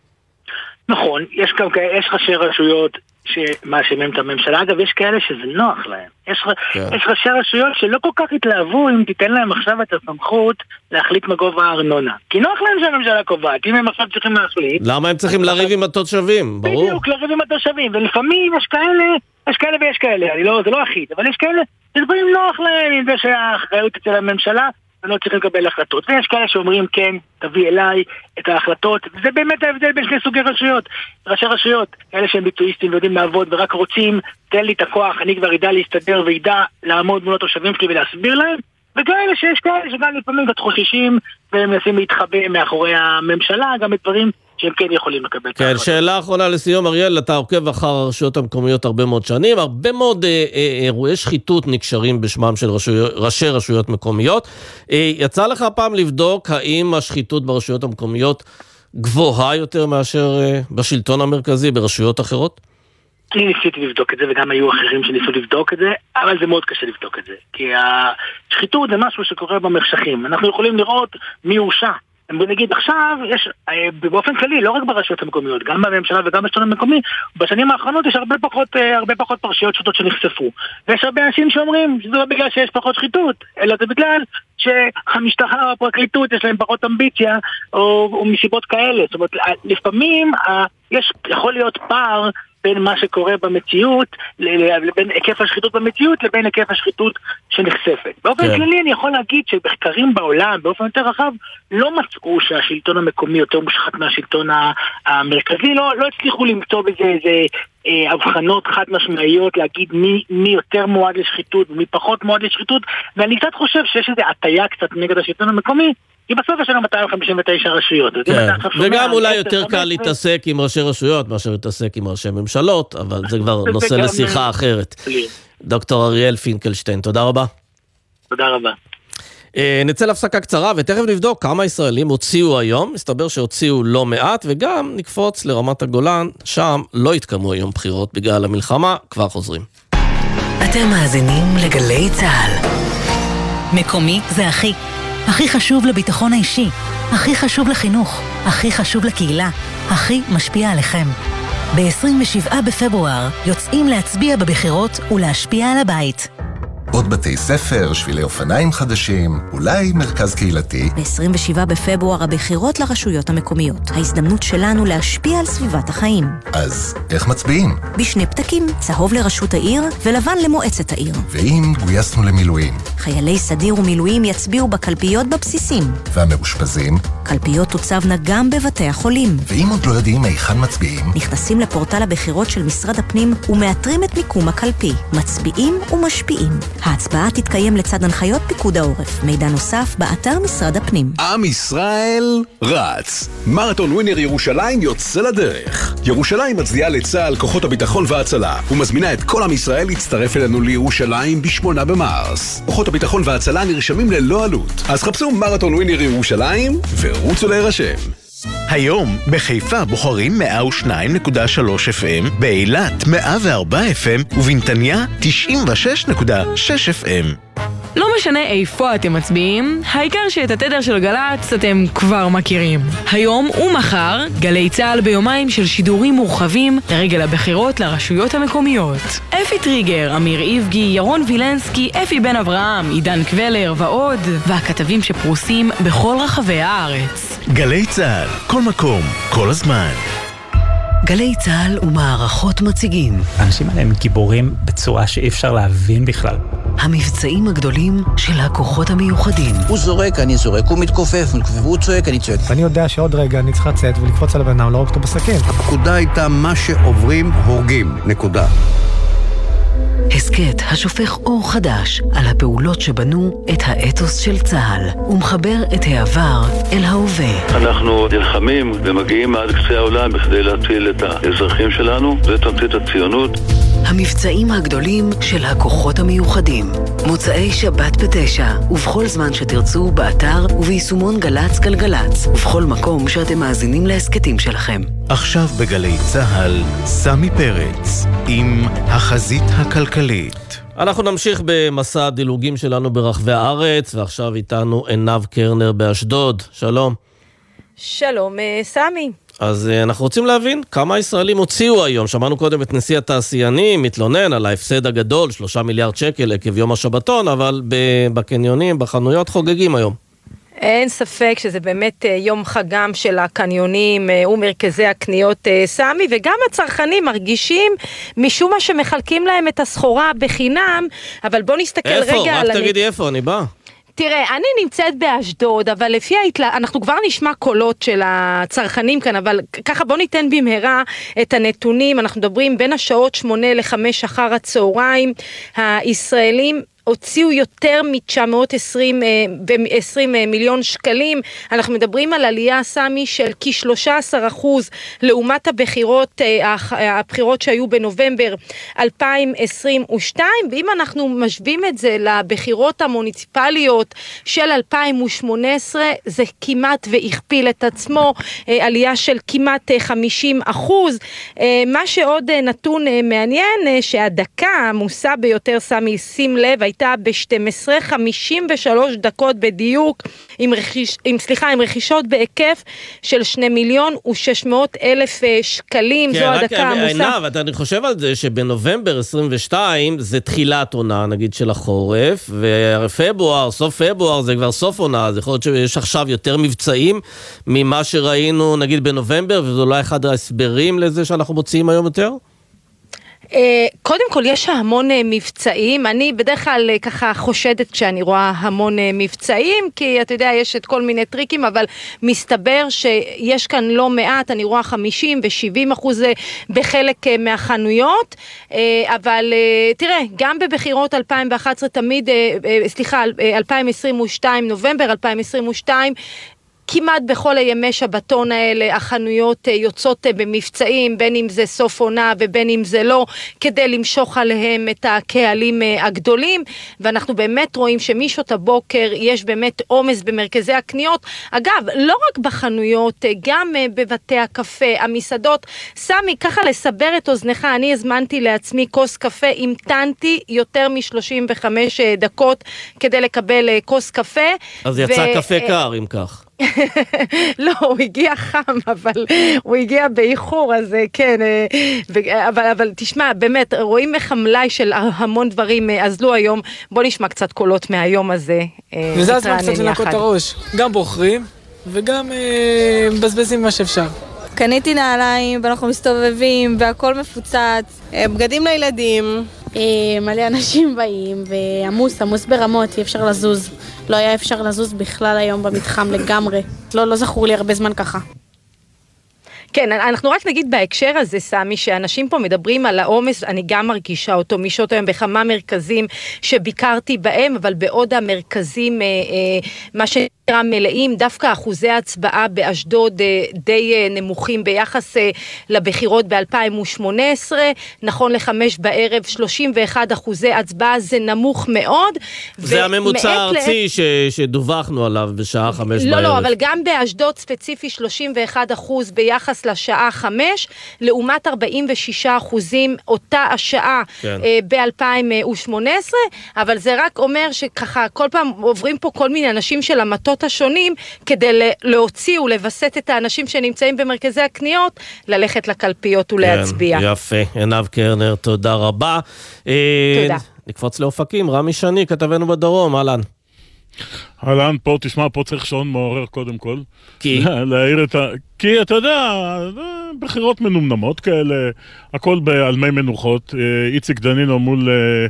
נכון, יש ראשי רשויות שמאשימים את הממשלה, אגב יש כאלה שזה נוח להם. יש ראשי רשויות שלא כל כך התלהבו אם תיתן להם עכשיו את הסמכות להחליט מגובה הארנונה. כי נוח להם שהממשלה קובעת, אם הם עכשיו צריכים להחליט... למה הם צריכים לריב עם התושבים? ברור. בדיוק, לריב עם התושבים, ולפעמים יש כאלה ויש כאלה, זה לא אחיד, אבל יש כאלה שדברים נוח להם עם זה שהאחריות אצל הממשלה, לא צריכים לקבל החלטות. ויש כאלה שאומרים, כן, תביא אליי את ההחלטות. וזה באמת ההבדל בין שני סוגי רשויות. ראשי רשויות, כאלה שהם ביצועיסטים ויודעים לעבוד ורק רוצים, תן לי את הכוח, אני כבר ידע להסתדר וידע לעמוד מול התושבים שלי ולהסביר להם. וכאלה שיש כאלה שגם לפעמים חוששים והם מנסים להתחבא מאחורי הממשלה, גם בדברים שהם כן יכולים לקבל. כן, שאלה אחרונה לסיום, אריאל, אתה עוקב אחר הרשויות המקומיות הרבה מאוד שנים, הרבה מאוד אירועי שחיתות נקשרים בשמם של ראשי רשויות מקומיות. יצא לך פעם לבדוק האם השחיתות ברשויות המקומיות גבוהה יותר מאשר בשלטון המרכזי, ברשויות אחרות? אני ניסיתי לבדוק את זה, וגם היו אחרים שניסו לבדוק את זה, אבל זה מאוד קשה לבדוק את זה, כי השחיתות זה משהו שקורה במחשכים. אנחנו יכולים לראות מי הורשע. נגיד עכשיו, יש באופן כללי, לא רק ברשויות המקומיות, גם בממשלה וגם בשלטון המקומי, בשנים האחרונות יש הרבה פחות פרשיות שוטות שנחשפו. ויש הרבה אנשים שאומרים שזה לא בגלל שיש פחות שחיתות, אלא זה בגלל שהמשטרה או הפרקליטות יש להם פחות אמביציה, או מסיבות כאלה. זאת אומרת, לפעמים יכול להיות פער בין מה שקורה במציאות, לבין היקף השחיתות במציאות, לבין היקף השחיתות שנחשפת. באופן כללי אני יכול להגיד שבחקרים בעולם, באופן יותר רחב, לא מצאו שהשלטון המקומי יותר מושחת מהשלטון המרכזי, לא הצליחו למצוא בזה איזה הבחנות חד משמעיות, להגיד מי יותר מועד לשחיתות ומי פחות מועד לשחיתות, ואני קצת חושב שיש איזו הטיה קצת נגד השלטון המקומי, כי בסוף יש לנו 259 רשויות. וגם אולי יותר קל להתעסק עם ראשי רשויות מאשר להתעסק עם ראשי ממשלות, אבל זה כבר נושא לשיחה אחרת. דוקטור אריאל פינקלשטיין, תודה רבה. תודה רבה. נצא להפסקה קצרה ותכף נבדוק כמה ישראלים הוציאו היום, מסתבר שהוציאו לא מעט, וגם נקפוץ לרמת הגולן, שם לא התקיימו היום בחירות בגלל המלחמה, כבר חוזרים. אתם מאזינים לגלי צהל. מקומי זה הכי חשוב לביטחון האישי, הכי חשוב לחינוך, הכי חשוב לקהילה, הכי משפיע עליכם. ב-27 בפברואר יוצאים להצביע בבחירות ולהשפיע על הבית. עוד בתי ספר, שבילי אופניים חדשים, אולי מרכז קהילתי. ב-27 בפברואר הבחירות לרשויות המקומיות. ההזדמנות שלנו להשפיע על סביבת החיים. אז איך מצביעים? בשני פתקים, צהוב לרשות העיר ולבן למועצת העיר. ואם גויסנו למילואים? חיילי סדיר ומילואים יצביעו בקלפיות בבסיסים. והמאושפזים? קלפיות תוצבנה גם בבתי החולים. ואם עוד לא יודעים היכן מצביעים? נכנסים לפורטל הבחירות של משרד הפנים ומאתרים את מיקום הקלפי. מצביעים ומשפיעים. ההצבעה תתקיים לצד הנחיות פיקוד העורף. מידע נוסף באתר משרד הפנים. עם ישראל רץ. מרתון ווינר ירושלים יוצא לדרך. ירושלים מצדיעה לצה"ל, כוחות הביטחון וההצלה, ומזמינה את כל עם ישראל להצטרף אלינו לירושלים ב-8 במרס. כוחות הביטחון וההצלה נרשמים ללא עלות. אז חפשו מרתון ווינר ירושלים ורוצו להירשם. היום בחיפה בוחרים 102.3 FM, באילת 104 FM ובנתניה 96.6 FM. לא משנה איפה אתם מצביעים, העיקר שאת התדר של גל"צ אתם כבר מכירים. היום ומחר, גלי צהל ביומיים של שידורים מורחבים לרגל הבחירות לרשויות המקומיות. אפי טריגר, אמיר איבגי, ירון וילנסקי, אפי בן אברהם, עידן קבלר ועוד, והכתבים שפרוסים בכל רחבי הארץ. גלי צהל, כל מקום, כל הזמן. גלי צהל ומערכות מציגים. האנשים האלה הם גיבורים בצורה שאי אפשר להבין בכלל. המבצעים הגדולים של הכוחות המיוחדים. הוא זורק, אני זורק, הוא מתכופף, והוא צועק, אני צועק. ואני יודע שעוד רגע אני צריך לצאת ולקפוץ על הבן אדם, לא רק אותו בסכין. הפקודה הייתה מה שעוברים הורגים, נקודה. הסקט השופך אור חדש על הפעולות שבנו את האתוס של צה"ל ומחבר את העבר אל ההווה. אנחנו נלחמים ומגיעים עד קצה העולם בכדי להציל את האזרחים שלנו, זה תמצית הציונות. המבצעים הגדולים של הכוחות המיוחדים. מוצאי שבת ב9 ובכל זמן שתרצו באתר וביישומון גל"צ גלגלצ ובכל מקום שאתם מאזינים להסקטים שלכם. עכשיו בגלי צהל, סמי פרץ עם החזית הכלכלית. אנחנו נמשיך במסע הדילוגים שלנו ברחבי הארץ, ועכשיו איתנו עינב קרנר באשדוד. שלום. שלום, סמי. אז אנחנו רוצים להבין כמה ישראלים הוציאו היום. שמענו קודם את נשיא התעשיינים מתלונן על ההפסד הגדול, 3 מיליארד שקל עקב יום השבתון, אבל בקניונים, בחנויות חוגגים היום. אין ספק שזה באמת יום חגם של הקניונים ומרכזי הקניות סמי, וגם הצרכנים מרגישים משום מה שמחלקים להם את הסחורה בחינם, אבל בוא נסתכל רגע על... רק תגידי איפה, אני בא. תראה, אני נמצאת באשדוד, אבל לפי אנחנו כבר נשמע קולות של הצרכנים כאן, אבל ככה בוא ניתן במהרה את הנתונים. אנחנו מדברים בין השעות 8 ל-5 אחר הצהריים, הישראלים הוציאו יותר מ-920 מיליון שקלים. אנחנו מדברים על עלייה סמי של כ-13% לעומת הבחירות שהיו בנובמבר 2022, ואם אנחנו משווים את זה לבחירות המוניציפליות של 2018, זה כמעט והכפיל את עצמו, עלייה של כמעט 50%. מה שעוד נתון מעניין, שהדקה העמוסה ביותר סמי, שים לב, הייתה ב-12:53 בדיוק, עם רכישות בהיקף של 2,600,000 שקלים. כן, זו הדקה העמוסה. אני חושב על זה שבנובמבר 22 זה תחילת עונה, נגיד, של החורף, ופברואר, סוף פברואר זה כבר סוף עונה, אז יכול להיות שיש עכשיו יותר מבצעים ממה שראינו, נגיד, בנובמבר, וזה אולי אחד ההסברים לזה שאנחנו מוציאים היום יותר? קודם כל יש המון מבצעים, אני בדרך כלל ככה חושדת כשאני רואה המון מבצעים, כי אתה יודע יש את כל מיני טריקים, אבל מסתבר שיש כאן לא מעט, אני רואה 50% ו-70% בחלק מהחנויות, אבל תראה, גם בבחירות 2011 תמיד, 2022, נובמבר 2022, כמעט בכל הימי שבתון האלה החנויות יוצאות במבצעים, בין אם זה סוף עונה ובין אם זה לא, כדי למשוך עליהם את הקהלים הגדולים, ואנחנו באמת רואים שמשעות הבוקר יש באמת עומס במרכזי הקניות, אגב, לא רק בחנויות, גם בבתי הקפה, המסעדות. סמי, ככה לסבר את אוזנך, אני הזמנתי לעצמי כוס קפה, המתנתי יותר מ-35 דקות כדי לקבל כוס קפה. אז יצא קפה קר אם כך. לא, הוא הגיע חם, אבל הוא הגיע באיחור, אז כן, אבל תשמע, באמת, רואים איך המלאי של המון דברים אזלו היום. בוא נשמע קצת קולות מהיום הזה. וזה הזמן קצת לנקות את הראש, גם בוחרים וגם מבזבזים מה שאפשר. קניתי נעליים ואנחנו מסתובבים והכל מפוצץ, בגדים לילדים, מלא אנשים באים ועמוס ברמות, אי אפשר לזוז. לא היה אפשר לזוז בכלל היום במתחם לגמרי. לא זכור לי הרבה זמן ככה. כן, אנחנו רק נגיד בהקשר הזה, סמי, שאנשים פה מדברים על העומס, אני גם מרגישה אותו משעות היום בכמה מרכזים שביקרתי בהם, אבל בעוד המרכזים, מה שנראה מלאים, דווקא אחוזי ההצבעה באשדוד די נמוכים ביחס לבחירות ב-2018, נכון ל-5 בערב, 31% הצבעה, זה נמוך מאוד. זה הממוצע הארצי שדווחנו עליו בשעה 5 בערב. לא, אבל גם באשדוד ספציפי 31% ביחס לשעה 5, לעומת 46% אותה השעה ב-2018, אבל זה רק אומר שככה כל פעם עוברים פה כל מיני אנשים של המטות השונים, כדי להוציא ולבסט את האנשים שנמצאים במרכזי הקניות, ללכת לקלפיות ולהצביע. כן, יפה. עינב קרנר, תודה רבה. תודה. נקפוץ לאופקים, רמי שני, כתבנו בדרום, אהלן. אהלן, פה, תשמע, פה צריך שעון מעורר קודם כל. כי? להעיר את כי אתה יודע, בחירות מנומנמות כאלה, הכל בעלמי מנוחות, איציק דנינו מול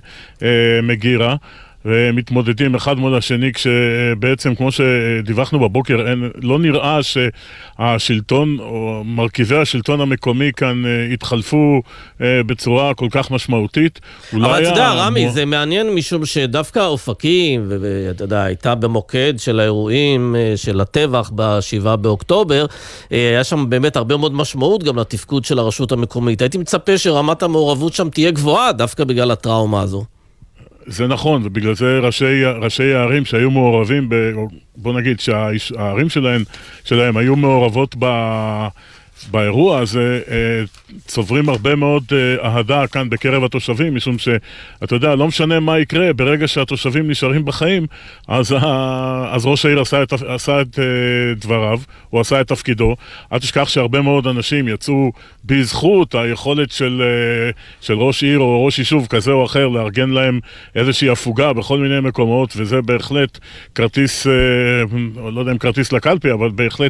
מגירה, ומתמודדים אחד מול השני, כשבעצם, כמו שדיווחנו בבוקר, לא נראה שהשלטון, או מרכיבי השלטון המקומי כאן התחלפו בצורה כל כך משמעותית. אבל אתה יודע, רמי, זה מעניין משום שדווקא אופקים, ואתה יודע, הייתה במוקד של האירועים של הטבח ב7 באוקטובר, היה שם באמת הרבה מאוד משמעות גם לתפקוד של הרשות המקומית. הייתי מצפה שרמת המעורבות שם תהיה גבוהה, דווקא בגלל הטראומה הזו. זה נכון, ובגלל זה ראשי הערים שהיו מעורבים, בוא נגיד שהערים שלהם היו מעורבות באירוע הזה, צוברים הרבה מאוד אהדה כאן בקרב התושבים, משום שאתה יודע, לא משנה מה יקרה, ברגע שהתושבים נשארים בחיים, אז ראש העיר עשה את דבריו, הוא עשה את תפקידו. אל תשכח שהרבה מאוד אנשים יצאו בזכות היכולת של ראש עיר או ראש יישוב כזה או אחר, לארגן להם איזושהי הפוגה בכל מיני מקומות, וזה בהחלט כרטיס, לא יודע אם כרטיס לקלפי, אבל בהחלט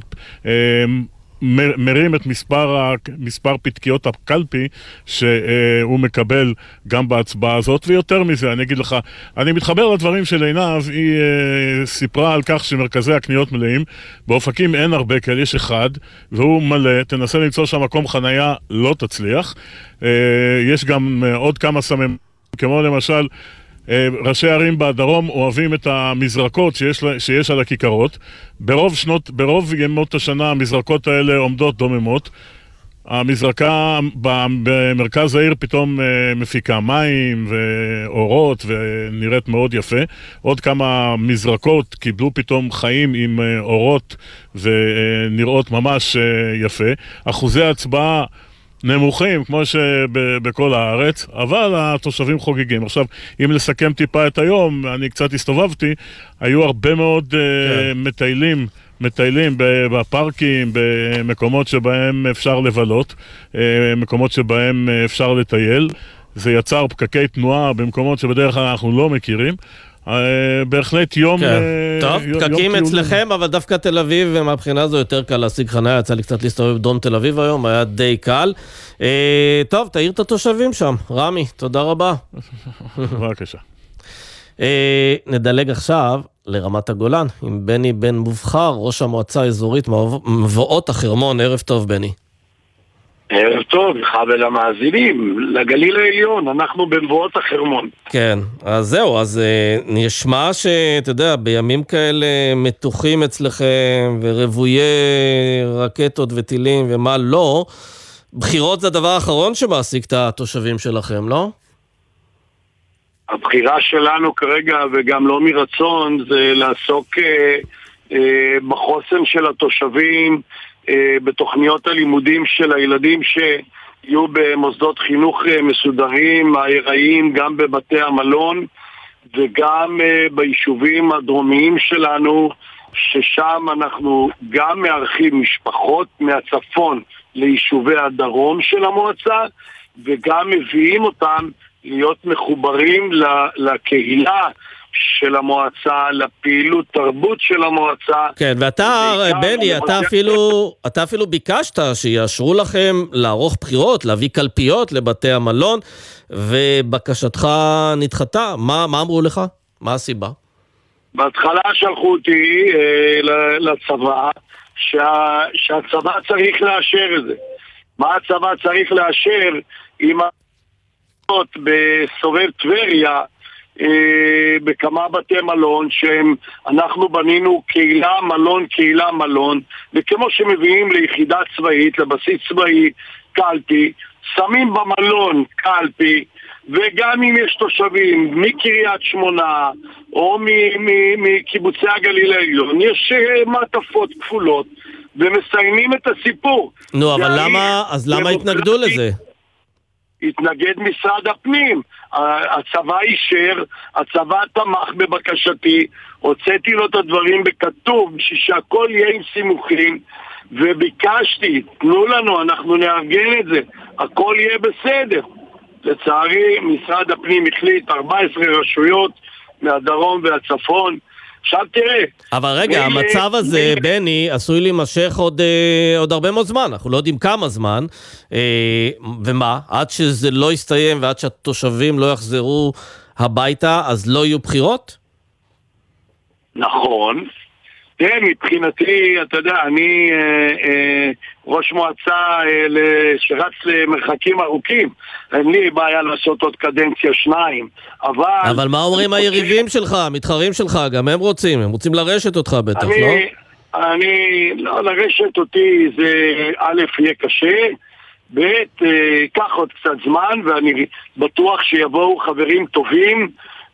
מרים את מספר פתקיות הקלפי שהוא מקבל גם בהצבעה הזאת, ויותר מזה, אני אגיד לך, אני מתחבר לדברים של עינב, היא סיפרה על כך שמרכזי הקניות מלאים, באופקים אין הרבה כאלה, יש אחד, והוא מלא, תנסה למצוא שם מקום חנייה, לא תצליח, יש גם עוד כמה סממים, כמו למשל, ראשי ערים בדרום אוהבים את המזרקות שיש על הכיכרות. ברוב ימות השנה המזרקות האלה עומדות דוממות. המזרקה במרכז העיר פתאום מפיקה מים ואורות ונראית מאוד יפה. עוד כמה מזרקות קיבלו פתאום חיים עם אורות ונראות ממש יפה. אחוזי הצבעה נמוכים, כמו שבכל הארץ, אבל התושבים חוגגים. עכשיו, אם לסכם טיפה את היום, אני קצת הסתובבתי, היו הרבה מאוד מטיילים בפארקים, במקומות שבהם אפשר לבלות, מקומות שבהם אפשר לטייל. זה יצר פקקי תנועה במקומות שבדרך כלל אנחנו לא מכירים, בהחלט יום... טוב, פקקים אצלכם, אבל דווקא תל אביב, ומהבחינה הזו יותר קל להשיג חניה, יצא לי קצת להסתובב בדרום תל אביב היום, היה די קל. טוב, תעיר את התושבים שם. רמי, תודה רבה. בבקשה. נדלג עכשיו לרמת הגולן, עם בני בן מובחר, ראש המועצה האזורית מבואות החרמון. ערב טוב, בני. ערב טוב, לך ולמאזינים, לגליל העליון, אנחנו במבואות החרמון. כן, אז זהו, אז נשמע שאתה יודע, בימים כאלה מתוחים אצלכם, ורבויי רקטות וטילים ומה לא, בחירות זה הדבר האחרון שמעסיק את התושבים שלכם, לא? הבחירה שלנו כרגע, וגם לא מרצון, זה לעסוק בחוסן של התושבים, בתוכניות הלימודים של הילדים שיהיו במוסדות חינוך מסודרים, העיריים, גם בבתי המלון וגם ביישובים הדרומיים שלנו, ששם אנחנו גם מארחים משפחות מהצפון ליישובי הדרום של המועצה, וגם מביאים אותם להיות מחוברים לקהילה של המועצה, לפעילות תרבות של המועצה. כן, ואתה, בני, אתה אפילו ביקשת שיאשרו לכם לערוך בחירות, להביא קלפיות לבתי המלון, ובקשתך נדחתה. מה אמרו לך? מה הסיבה? בהתחלה שלחו אותי לצבא, שהצבא צריך לאשר את זה. מה הצבא צריך לאשר? אם בסובב טבריה, בכמה בתי מלון שאנחנו בנינו קהילה מלון, וכמו שמביאים ליחידה צבאית, לבסיס צבאי קלפי, שמים במלון קלפי, וגם אם יש תושבים מקריית שמונה או מקיבוצי הגליל העליון, יש מעטפות כפולות ומסיימים את הסיפור. נו, אבל למה התנגדו לזה? התנגד משרד הפנים, הצבא אישר, הצבא תמך בבקשתי, הוצאתי לו את הדברים בכתוב בשביל שהכל יהיה עם סימוכים, וביקשתי, תנו לנו, אנחנו נארגן את זה, הכל יהיה בסדר. לצערי משרד הפנים החליט 14 רשויות מהדרום והצפון. עכשיו תראה. אבל רגע, המצב הזה, בני, עשוי להימשך עוד הרבה מאוד זמן, אנחנו לא יודעים כמה זמן, ומה? עד שזה לא יסתיים ועד שהתושבים לא יחזרו הביתה, אז לא יהיו בחירות? נכון. תראה, מבחינתי, אתה יודע, אני ראש מועצה שרץ למרחקים ארוכים, אין לי בעיה לעשות עוד קדנציה 2, אבל מה אומרים היריבים שלך, המתחרים שלך, גם הם רוצים לרשת אותך בטח, לא? לא, לרשת אותי זה א' יהיה קשה, ב' ייקח עוד קצת זמן, ואני בטוח שיבואו חברים טובים,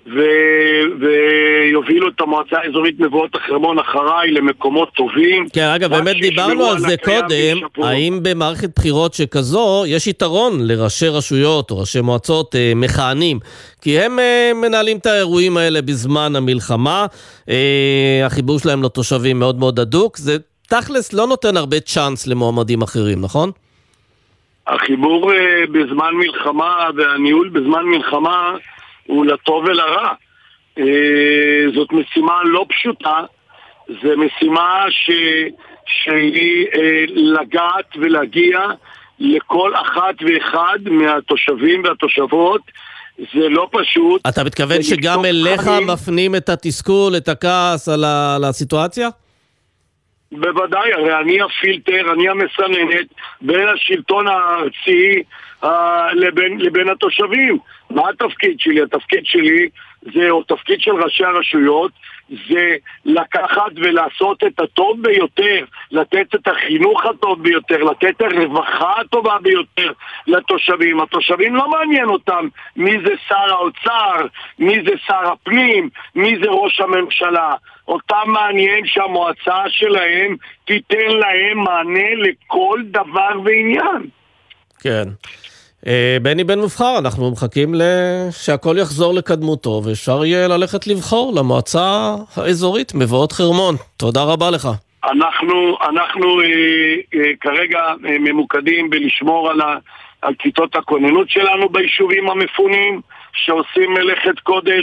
ויובילו את המועצה האזורית מבואות החרמון אחריי למקומות טובים. כן, אגב, באמת דיברנו על זה קודם, האם במערכת בחירות שכזו יש יתרון לראשי רשויות או ראשי מועצות מכהנים, כי הם מנהלים את האירועים האלה בזמן המלחמה, החיבור שלהם לתושבים מאוד מאוד הדוק, זה תכלס לא נותן הרבה צ'אנס למועמדים אחרים, נכון? החיבור בזמן מלחמה והניהול בזמן מלחמה הוא לטוב ולרע. זאת משימה לא פשוטה, זו משימה שהיא לגעת ולהגיע לכל אחת ואחד מהתושבים והתושבות, זה לא פשוט. אתה מתכוון שגם אליך מפנים את התסכול, את הכעס על הסיטואציה? בוודאי, הרי אני הפילטר, אני המסננת בין השלטון הארצי לבין התושבים. מה התפקיד שלי? התפקיד שלי זה, או תפקיד של ראשי הרשויות, זה לקחת ולעשות את הטוב ביותר, לתת את החינוך הטוב ביותר, לתת את הרווחה הטובה ביותר לתושבים. התושבים לא מעניין אותם מי זה שר האוצר, מי זה שר הפנים, מי זה ראש הממשלה. אותם מעניין שהמועצה שלהם תיתן להם מענה לכל דבר ועניין. כן. בני בן מובחר, אנחנו מחכים שהכל יחזור לקדמותו, ואפשר יהיה ללכת לבחור למועצה האזורית מבואות חרמון. תודה רבה לך. אנחנו כרגע ממוקדים בלשמור על כיתות הכוננות שלנו ביישובים המפונים, שעושים מלאכת קודש.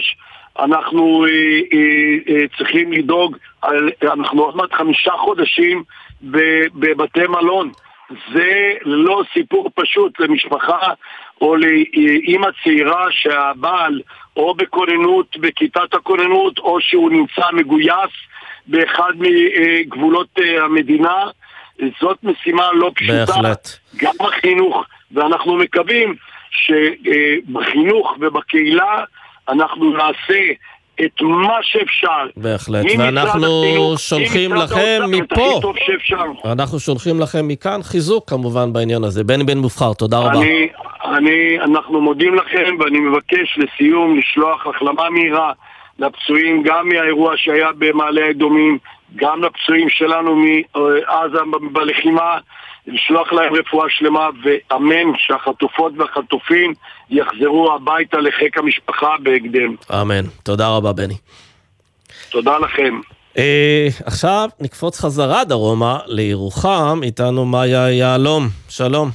אנחנו צריכים לדאוג, אנחנו עוד מעט 5 חודשים בבתי מלון. זה לא סיפור פשוט למשפחה או לאמא צעירה שהבעל או בכוננות, בכיתת הכוננות, או שהוא נמצא מגויס באחד מגבולות המדינה. זאת משימה לא פשוטה. בהחלט. גם בחינוך, ואנחנו מקווים שבחינוך ובקהילה אנחנו נעשה את מה שאפשר. בהחלט, ואנחנו שולחים לכם מפה, אנחנו שולחים לכם מכאן חיזוק כמובן בעניין הזה. בני בן מובחר, תודה רבה. אנחנו מודים לכם, ואני מבקש לסיום לשלוח החלמה מהירה לפצועים, גם מהאירוע שהיה במעלה אדומים, גם לפצועים שלנו מעזה בלחימה, לשלוח להם רפואה שלמה, ואמן שהחטופות והחטופים יחזרו הביתה לחיק המשפחה בהקדם. אמן. תודה רבה, בני. תודה לכם. עכשיו נקפוץ חזרה דרומה לירוחם, איתנו מאיה יעלום. שלום.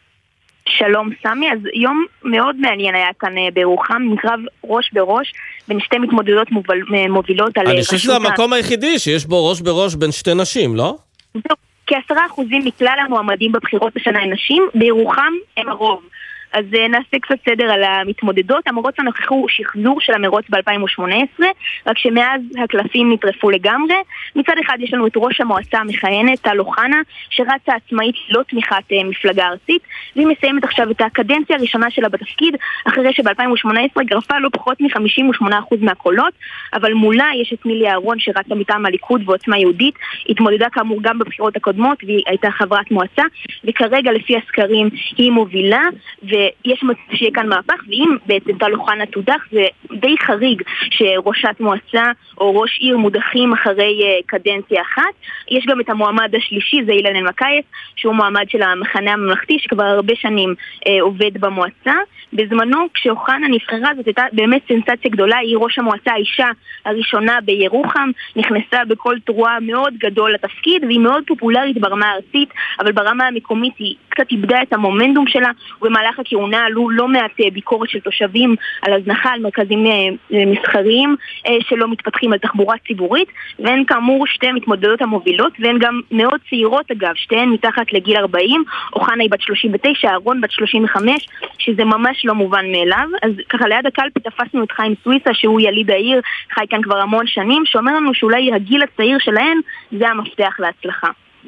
שלום סמי, אז יום מאוד מעניין היה כאן בירוחם, מקרב ראש בראש בין שתי מתמודדות מובילות על... אני חושב שזה המקום היחידי שיש בו ראש בראש בין שתי נשים, לא? כ10% מכלל המועמדים בבחירות בשנה הם נשים, בירוחם הם הרוב. אז נעשה קצת סדר על המתמודדות. המרוץ הנוכחו שחזור של המרוץ ב-2018, רק שמאז הקלפים נטרפו לגמרי. מצד אחד יש לנו את ראש המועצה המכהנת, טל אוחנה, שרצה עצמאית לא תמיכת מפלגה ארצית, והיא מסיימת עכשיו את הקדנציה הראשונה שלה בתפקיד, אחרי שב-2018 גרפה לא פחות מ-58% מהקולות, אבל מולה יש את מילי אהרון שרצה מטעם הליכוד ועוצמה יהודית, התמודדה כאמור גם בבחירות הקודמות, והיא הייתה חברת מועצה, וכרגע לפי הסקרים היא מובילה, ויש מצב שיהיה כאן מהפך, ואם בעצם טל אוחנה תודח, זה די חריג שראשת מועצה או ראש עיר מודחים אחרי קדנציה אחת. יש גם את המועמד השלישי, זה אילן אלמקייס, שהוא מועמד של המחנה הממלכתי, שכבר הרבה שנים עובד במועצה. בזמנו, כשאוחנה נבחרה, זאת הייתה באמת סנסציה גדולה, היא ראש המועצה האישה הראשונה בירוחם, נכנסה בכל תרועה מאוד גדול לתפקיד, והיא מאוד פופולרית ברמה הארצית, אבל ברמה המקומית היא קצת איבדה את המומנטום שלה, ובמהלך הכהונה עלו לא מעט ביקורת של תושבים על הזנחה, על מרכזים מסחריים שלא מתפתחים, על תחבורה ציבורית, והן כאמור שתי מתמודדות המובילות, והן גם מאוד צעירות אגב, שתיהן מתחת לגיל 40, אוחנה היא בת 39, אהרון בת 35, שזה ממש לא מובן מאליו. אז ככה ליד הקלפי תפסנו את חיים סוויסה, שהוא יליד העיר, חי כאן כבר המון שנים, שאומר לנו שאולי הגיל הצעיר שלהן זה המפתח להצלחה.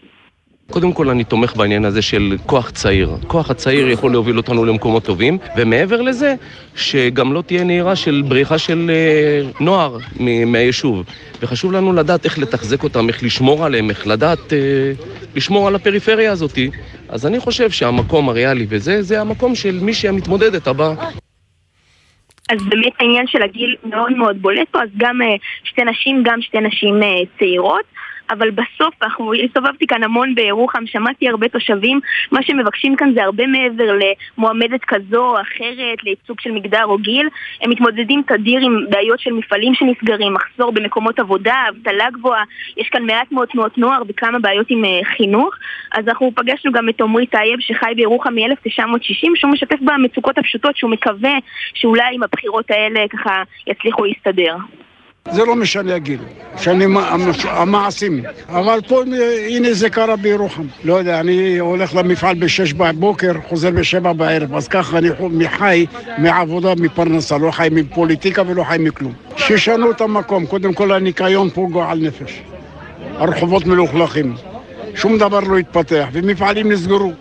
קודם כל אני תומך בעניין הזה של כוח צעיר. כוח הצעיר יכול להוביל אותנו למקומות טובים, ומעבר לזה שגם לא תהיה נהירה של בריחה של נוער מהיישוב. וחשוב לנו לדעת איך לתחזק אותם, איך לשמור עליהם, איך לדעת לשמור על הפריפריה הזאת. אז אני חושב שהמקום הריאלי וזה, זה המקום של מי שהמתמודדת הבאה. אז באמת העניין של הגיל מאוד מאוד בולט פה, אז גם שתי נשים צעירות. אבל בסוף, הסתובבתי כאן המון בירוחם, שמעתי הרבה תושבים, מה שמבקשים כאן זה הרבה מעבר למועמדת כזו או אחרת, לייצוג של מגדר או גיל, הם מתמודדים תדיר עם בעיות של מפעלים שנסגרים, מחסור במקומות עבודה, אבטלה גבוהה, יש כאן מעט מאוד תנועות נוער וכמה בעיות עם חינוך, אז אנחנו פגשנו גם את עומרי טייב שחי בירוחם מ-1960, שהוא משתף במצוקות הפשוטות, שהוא מקווה שאולי עם הבחירות האלה ככה יצליחו להסתדר. זה לא משנה הגיל, משנה המעשים. אבל פה, הנה זה קרה בירוחם. לא יודע, אני הולך למפעל ב-6 בבוקר, חוזר ב-7 בערב. אז ככה אני חי מעבודה, מפרנסה, לא חי מפוליטיקה ולא חי מכלום. שישנו את המקום, קודם כל הניקיון פה גועל נפש. הרחובות מלוכלכים. שום דבר לא התפתח, ומפעלים נסגרו.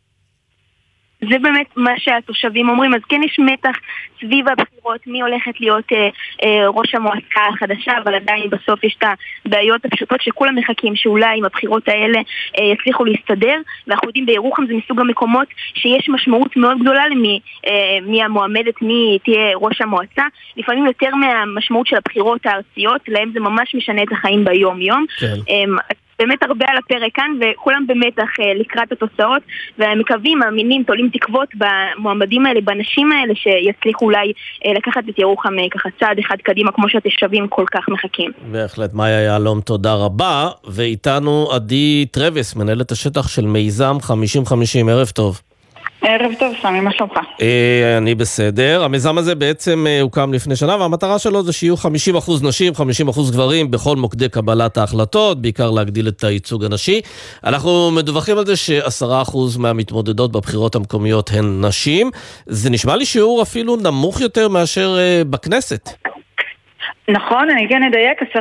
זה באמת מה שהתושבים אומרים, אז כן יש מתח סביב הבחירות, מי הולכת להיות ראש המועצה החדשה, אבל עדיין בסוף יש את הבעיות הפשוטות שכולם מחכים שאולי עם הבחירות האלה יצליחו להסתדר, ואנחנו יודעים בירוחם זה מסוג המקומות שיש משמעות מאוד גדולה למי המועמדת, מי תהיה ראש המועצה, לפעמים יותר מהמשמעות של הבחירות הארציות, להם זה ממש משנה את החיים ביום יום. כן. באמת הרבה על הפרק כאן, וכולם במתח לקראת התוצאות, ומקווים, מאמינים, תולים תקוות במועמדים האלה, בנשים האלה, שיצליחו אולי לקחת את ירוחם ככה צעד אחד קדימה, כמו שהתושבים כל כך מחכים. בהחלט, מאיה יעלום, תודה רבה, ואיתנו עדי טרוויס, מנהלת השטח של מיזם 50-50, ערב טוב. ערב טוב, סמי, מה שלומך? אני בסדר. המיזם הזה בעצם הוקם לפני שנה, והמטרה שלו זה שיהיו 50% נשים, 50% גברים בכל מוקדי קבלת ההחלטות, בעיקר להגדיל את הייצוג הנשי. אנחנו מדווחים על זה ש10% מהמתמודדות בבחירות המקומיות הן נשים. זה נשמע לי שיעור אפילו נמוך יותר מאשר בכנסת. נכון, אני כן אדייק, 10%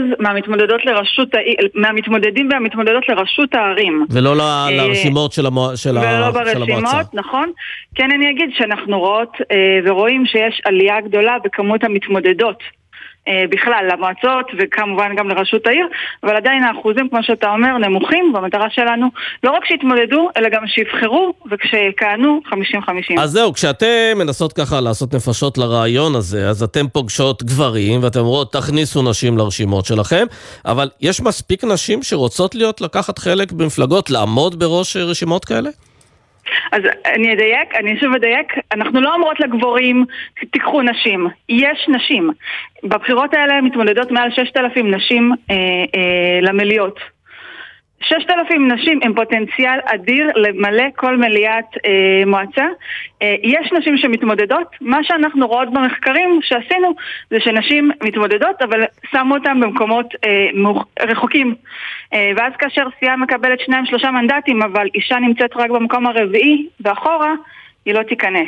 מהמתמודדים והמתמודדות לרשות הערים. ולא לרשימות של המועצה. ולא ברשימות, נכון. כן אני אגיד שאנחנו רואות ורואים שיש עלייה גדולה בכמות המתמודדות. בכלל למועצות וכמובן גם לרשות העיר, אבל עדיין האחוזים כמו שאתה אומר נמוכים, והמטרה שלנו לא רק שיתמודדו אלא גם שיבחרו וכשכהנו 50-50. אז זהו, כשאתם מנסות ככה לעשות נפשות לרעיון הזה, אז אתם פוגשות גברים ואתם אומרות תכניסו נשים לרשימות שלכם, אבל יש מספיק נשים שרוצות לקחת חלק במפלגות, לעמוד בראש רשימות כאלה? אז אני שוב אדייק, אנחנו לא אומרות לגברים תיקחו נשים, יש נשים. בבחירות האלה מתמודדות מעל 6,000 נשים למליאות. 6,000 נשים הם פוטנציאל אדיר למלא כל מליאת מועצה. יש נשים שמתמודדות, מה שאנחנו רואות במחקרים שעשינו זה שנשים מתמודדות אבל שמו אותם במקומות רחוקים, ואז כאשר סיעה מקבלת 2-3 מנדטים אבל אישה נמצאת רק במקום הרביעי ואחורה, היא לא תיכנס.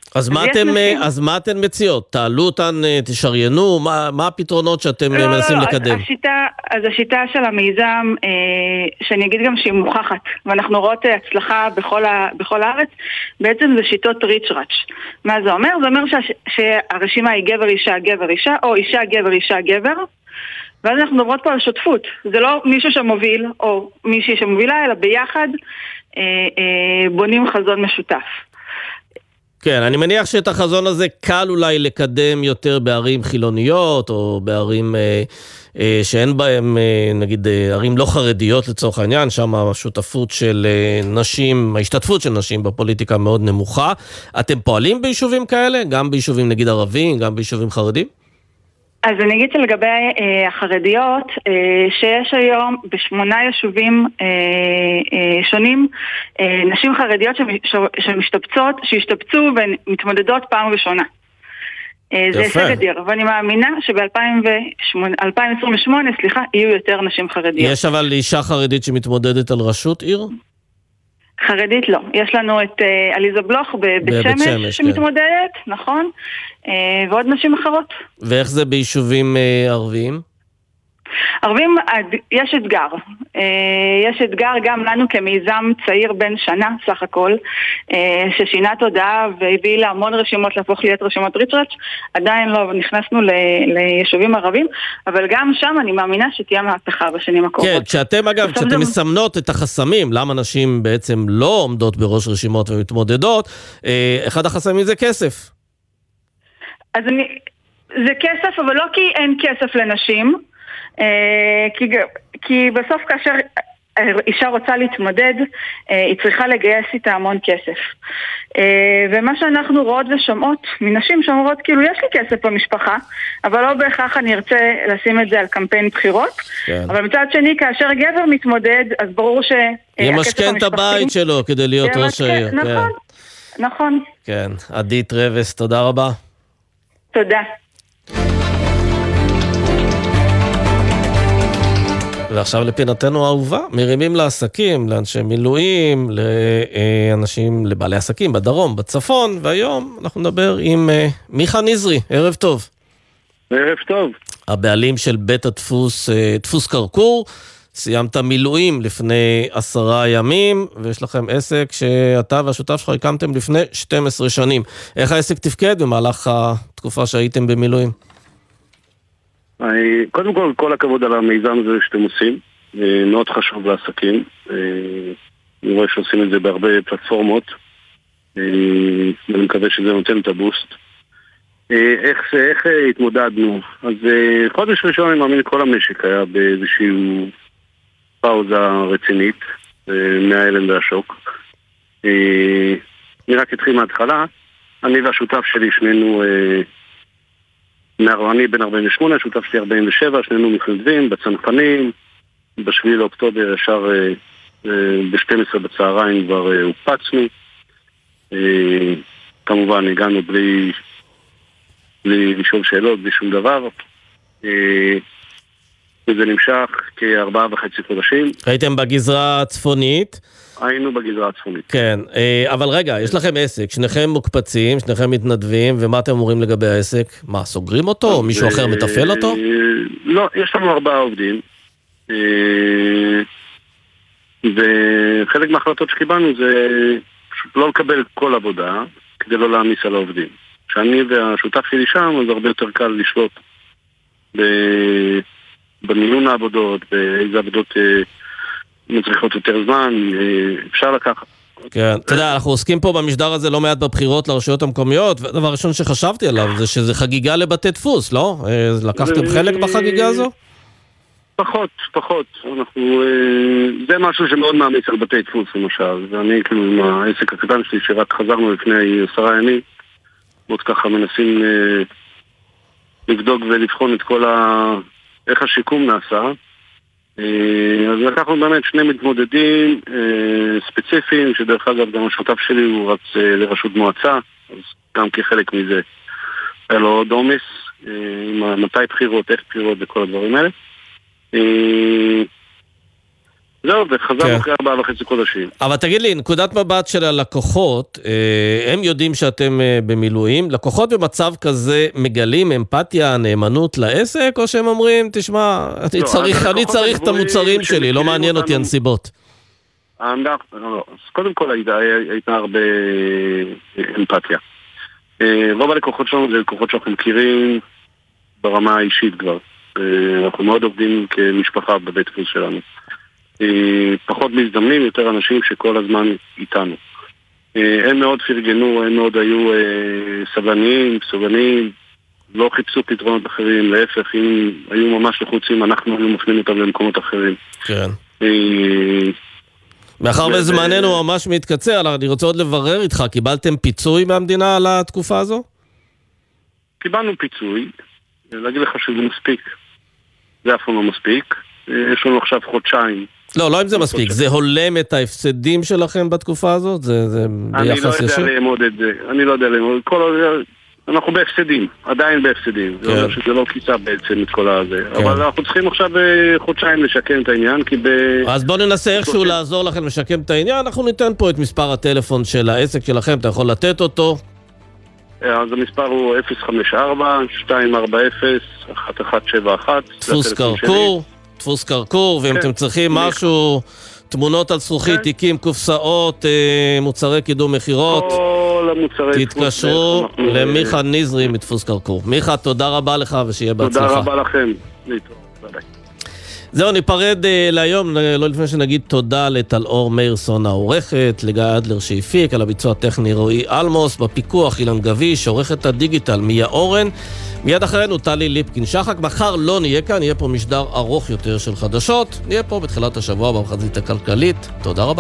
אז מה אתן מציעות? תעלו אותן, תשריינו? מה הפתרונות שאתם מנסים לקדם? השיטה של המיזם, שאני אגיד גם שהיא מוכחת, ואנחנו רואות הצלחה בכל הארץ, בעצם זה שיטות ריצ'ראץ'. מה זה אומר? זה אומר שהרשימה היא גבר אישה גבר אישה, או אישה גבר אישה גבר, ואז אנחנו מדברות פה על שותפות. זה לא מישהו שמוביל או מישהי שמובילה, אלא ביחד בונים חזון משותף. כן, אני מניח שאת החזון הזה קל אולי לקדם יותר בערים חילוניות, או בערים שאין בהם, נגיד, ערים לא חרדיות לצורך העניין, שם השותפות של נשים, ההשתתפות של נשים בפוליטיקה מאוד נמוכה. אתם פועלים ביישובים כאלה? גם ביישובים נגיד ערבים, גם ביישובים חרדים? אז אני אגיד שלגבי החרדיות, שיש היום ב8 יישובים שונים, נשים חרדיות שהשתבצו ומתמודדות פעם ראשונה. זה הישג אדיר, ואני מאמינה שב-2028, יהיו יותר נשים חרדיות. יש אבל אישה חרדית שמתמודדת על ראשות עיר? חרדית לא. יש לנו את עליזה בלוך בבית שמש שמתמודדת, נכון, ועוד נשים אחרות. ואיך זה ביישובים ערביים? ערבים, יש אתגר. יש אתגר גם לנו כמיזם צעיר בן שנה סך הכל, ששינה תודעה והביא להמון רשימות להפוך להיות רשימות ריצ'ראץ'. עדיין לא נכנסנו ליישובים ערבים, אבל גם שם אני מאמינה שתהיה מהפכה בשנים הקרובות. כן, כשאתם אגב, כשאתם מסמנות את החסמים, למה נשים בעצם לא עומדות בראש רשימות ומתמודדות, אחד החסמים זה כסף. אז זה כסף, אבל לא כי אין כסף לנשים, כי בסוף כאשר אישה רוצה להתמודד, היא צריכה לגייס איתה המון כסף. ומה שאנחנו רואות ושומעות מנשים שאומרות, כאילו יש לי כסף במשפחה, אבל לא בהכרח אני ארצה לשים את זה על קמפיין בחירות. אבל מצד שני, כאשר גבר מתמודד, אז ברור ימשכן את הבית שלו כדי להיות ראש העיר. נכון, נכון. כן, עדית רבס, תודה רבה. תודה. ועכשיו לפינתנו האהובה, מרימים לעסקים, לאנשי מילואים, לאנשים, לבעלי עסקים בדרום, בצפון, והיום אנחנו נדבר עם מיכה נזרי. ערב טוב. ערב טוב. הבעלים של בית הדפוס, דפוס קרקור, סיימת מילואים לפני 10 ימים, ויש לכם עסק שאתה והשותף שלך הקמתם לפני 12 שנים. איך העסק תפקד במהלך התקופה שהייתם במילואים? קודם כל הכבוד על המיזם הזה שאתם עושים, מאוד חשוב לעסקים. אני רואה שעושים את זה בהרבה פלטפורמות, ואני מקווה שזה נותן את הבוסט. איך התמודדנו? אז חודש ראשון אני מאמין כל המשק היה באיזושהי פאוזה רצינית, מההלם והשוק. אני רק התחיל מההתחלה, אני והשותף שלי שנינו, אני בן 48, שותף שלי 47, שנינו מתנדבים בצנחנים, ב7 לאוקטובר ישר ב-12 בצהריים כבר הופצנו. כמובן הגענו בלי לשאול שאלות, בלי שום דבר. וזה נמשך כ4.5 חודשים. הייתם בגזרה הצפונית? היינו בגזרה הצפונית. כן, אבל רגע, יש לכם עסק, שניכם מוקפצים, שניכם מתנדבים, ומה אתם אומרים לגבי העסק? מה, סוגרים אותו? או מישהו אחר מטפל אותו? לא, יש לנו 4 עובדים. וחלק מההחלטות שקיבלנו זה פשוט לא לקבל כל עבודה, כדי לא להעמיס על העובדים. כשאני והשותף שלי שם, אז הרבה יותר קל לשלוט בניהול העבודות, באיזה עבודות מצריכות יותר זמן, אפשר לקחת. כן, אתה יודע, אנחנו עוסקים פה במשדר הזה לא מעט בבחירות לרשויות המקומיות, והדבר הראשון שחשבתי עליו זה שזה חגיגה לבתי דפוס, לא? לקחתם חלק בחגיגה הזו? פחות. זה משהו שמאוד מעמיס על בתי דפוס למשל, ואני כאילו עם העסק הקטן שלי שרק חזרנו לפני 10 ימים, עוד ככה מנסים לבדוק ולבחון את כל איך השיקום נעשה. אז לקחנו באמת 2 מתמודדים ספציפיים, שדרך אגב גם השותף שלי הוא רץ לראשות מועצה, אז גם כחלק מזה היה לו עוד עומס, עם מתי בחירות, איך בחירות וכל הדברים האלה. זהו, וחזרנו אחרי 4.5 חודשים. אבל תגיד לי, נקודת מבט של הלקוחות, הם יודעים שאתם במילואים, לקוחות במצב כזה מגלים אמפתיה, נאמנות לעסק, או שהם אומרים, תשמע, אני צריך את המוצרים שלי, לא מעניין אותי הנסיבות. אז קודם כל הייתה הרבה אמפתיה. רוב הלקוחות שלנו זה לקוחות שאנחנו מכירים ברמה האישית כבר. אנחנו מאוד עובדים כמשפחה בבית דפוס שלנו. פחות מזדמנים, יותר אנשים שכל הזמן איתנו. הם מאוד פרגנו, הם מאוד היו סבלניים, לא חיפשו פתרונות אחרים, להפך, אם היו ממש לחוצים, אנחנו היו מפנים אותם למקומות אחרים. כן. מאחר וזמננו ממש מתקצר, אני רוצה עוד לברר איתך, קיבלתם פיצוי מהמדינה על התקופה הזו? קיבלנו פיצוי, להגיד לך שזה מספיק. זה אף פעם לא מספיק. יש לנו עכשיו חודשיים. לא אם זה מספיק, זה הולם את ההפסדים שלכם בתקופה הזאת? זה ביחס ישיר? אני לא יודע לאמוד. אנחנו בהפסדים, עדיין בהפסדים. זה אומר שזה לא כיסה בעצם את כל הזה. אבל אנחנו צריכים עכשיו חודשיים לשקם את העניין, כי אז בואו ננסה איכשהו לעזור לכם לשקם את העניין. אנחנו ניתן פה את מספר הטלפון של העסק שלכם, אתה יכול לתת אותו. אז המספר הוא 054-240-1171. דפוס קרקור, ואם אתם צריכים משהו, תמונות על זכוכית, תיקים, קופסאות, מוצרי קידום מחירות, תתקשרו למיכה נזרי מדפוס קרקור. מיכה, תודה רבה לך ושיהיה בהצלחה. תודה רבה לכם. זהו, ניפרד להיום, לא לפני שנגיד תודה לטל-אור מאירסון העורכת, לגיא אדלר שהפיק, על הביצוע הטכני רועי אלמוס, בפיקוח אילן גביש, עורכת הדיגיטל מיה אורן, מיד אחרינו טלי ליפקין שחק. מחר לא נהיה כאן, נהיה פה משדר ארוך יותר של חדשות, נהיה פה בתחילת השבוע בחזית הכלכלית. תודה רבה.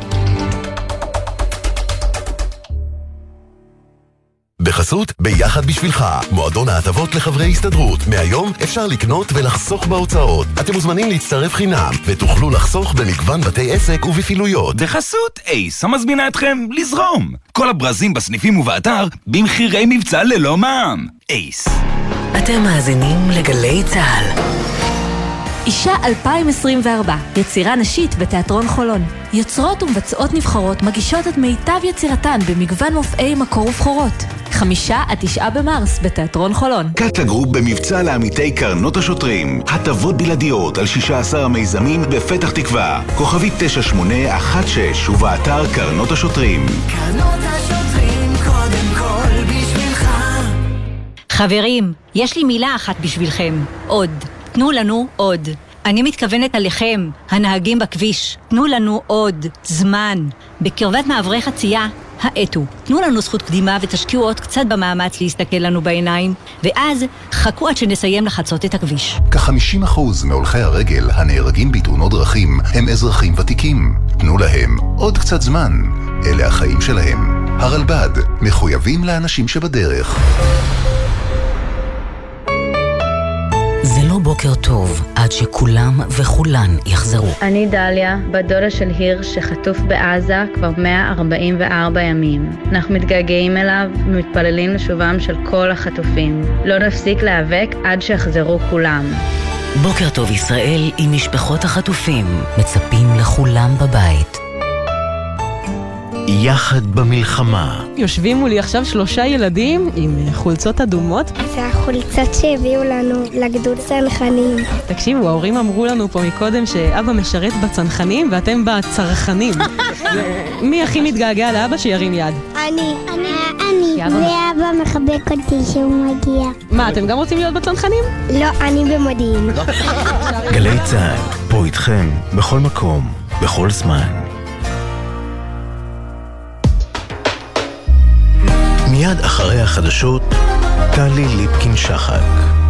בחסות ביחד בשבילך, מועדון ההטבות לחברי הסתדרות. מהיום אפשר לקנות ולחסוך בהוצאות. אתם מוזמנים להצטרף חינם ותוכלו לחסוך במגוון בתי עסק ובפעילויות. בחסות אייס, המזמינה אתכם לזרום. כל הברזים בסניפים ובאתר במחירי מבצע ללא מע"מ. אייס. אתם מאזינים לגלי צהל. אישה 2024, יצירה נשית בתיאטרון חולון. יוצרות ומבצעות נבחרות מגישות את מיטב יצירתן במגוון מופעי מקור ובחורות. 5-9 במרס בתיאטרון חולון. קטלה גרופ במבצע לעמיתי קרנות השוטרים. הטבות בלעדיות על 16 המיזמים בפתח תקווה. כוכבית 9816 ובאתר קרנות השוטרים. קרנות השוטרים קודם כל בשבילך. חברים, יש לי מילה אחת בשבילכם. עוד. תנו לנו עוד. אני מתכוונת עליכם, הנהגים בכביש. תנו לנו עוד זמן. בקרבת מעברי חצייה, האטו. תנו לנו זכות קדימה ותשקיעו עוד קצת במאמץ להסתכל לנו בעיניים, ואז חכו עד שנסיים לחצות את הכביש. כ-50% מהולכי הרגל הנהרגים בתאונות דרכים הם אזרחים ותיקים. תנו להם עוד קצת זמן. אלה החיים שלהם. הרלב"ד, מחויבים לאנשים שבדרך. זה לא בוקר טוב עד שכולם וכולן יחזרו. אני דליה, בת דודה של היר שחטוף בעזה כבר 144 ימים. אנחנו מתגעגעים אליו ומתפללים לשובם של כל החטופים. לא נפסיק להיאבק עד שיחזרו כולם. בוקר טוב ישראל עם משפחות החטופים, מצפים לכולם בבית. יחד במלחמה. יושבים מולי עכשיו 3 ילדים עם חולצות אדומות. זה החולצות שהביאו לנו לגדוד צנחנים. תקשיבו, ההורים אמרו לנו פה מקודם שאבא משרת בצנחנים ואתם בצרכנים. מי הכי מתגעגע לאבא שירים יד? אני. ואבא מחבק אותי שהוא מגיע. מה, אתם גם רוצים להיות בצנחנים? לא, אני במודיעין. גלי צהל, פה איתכם, בכל מקום, בכל זמן. מיד אחרי החדשות, טלי ליפקין שחק.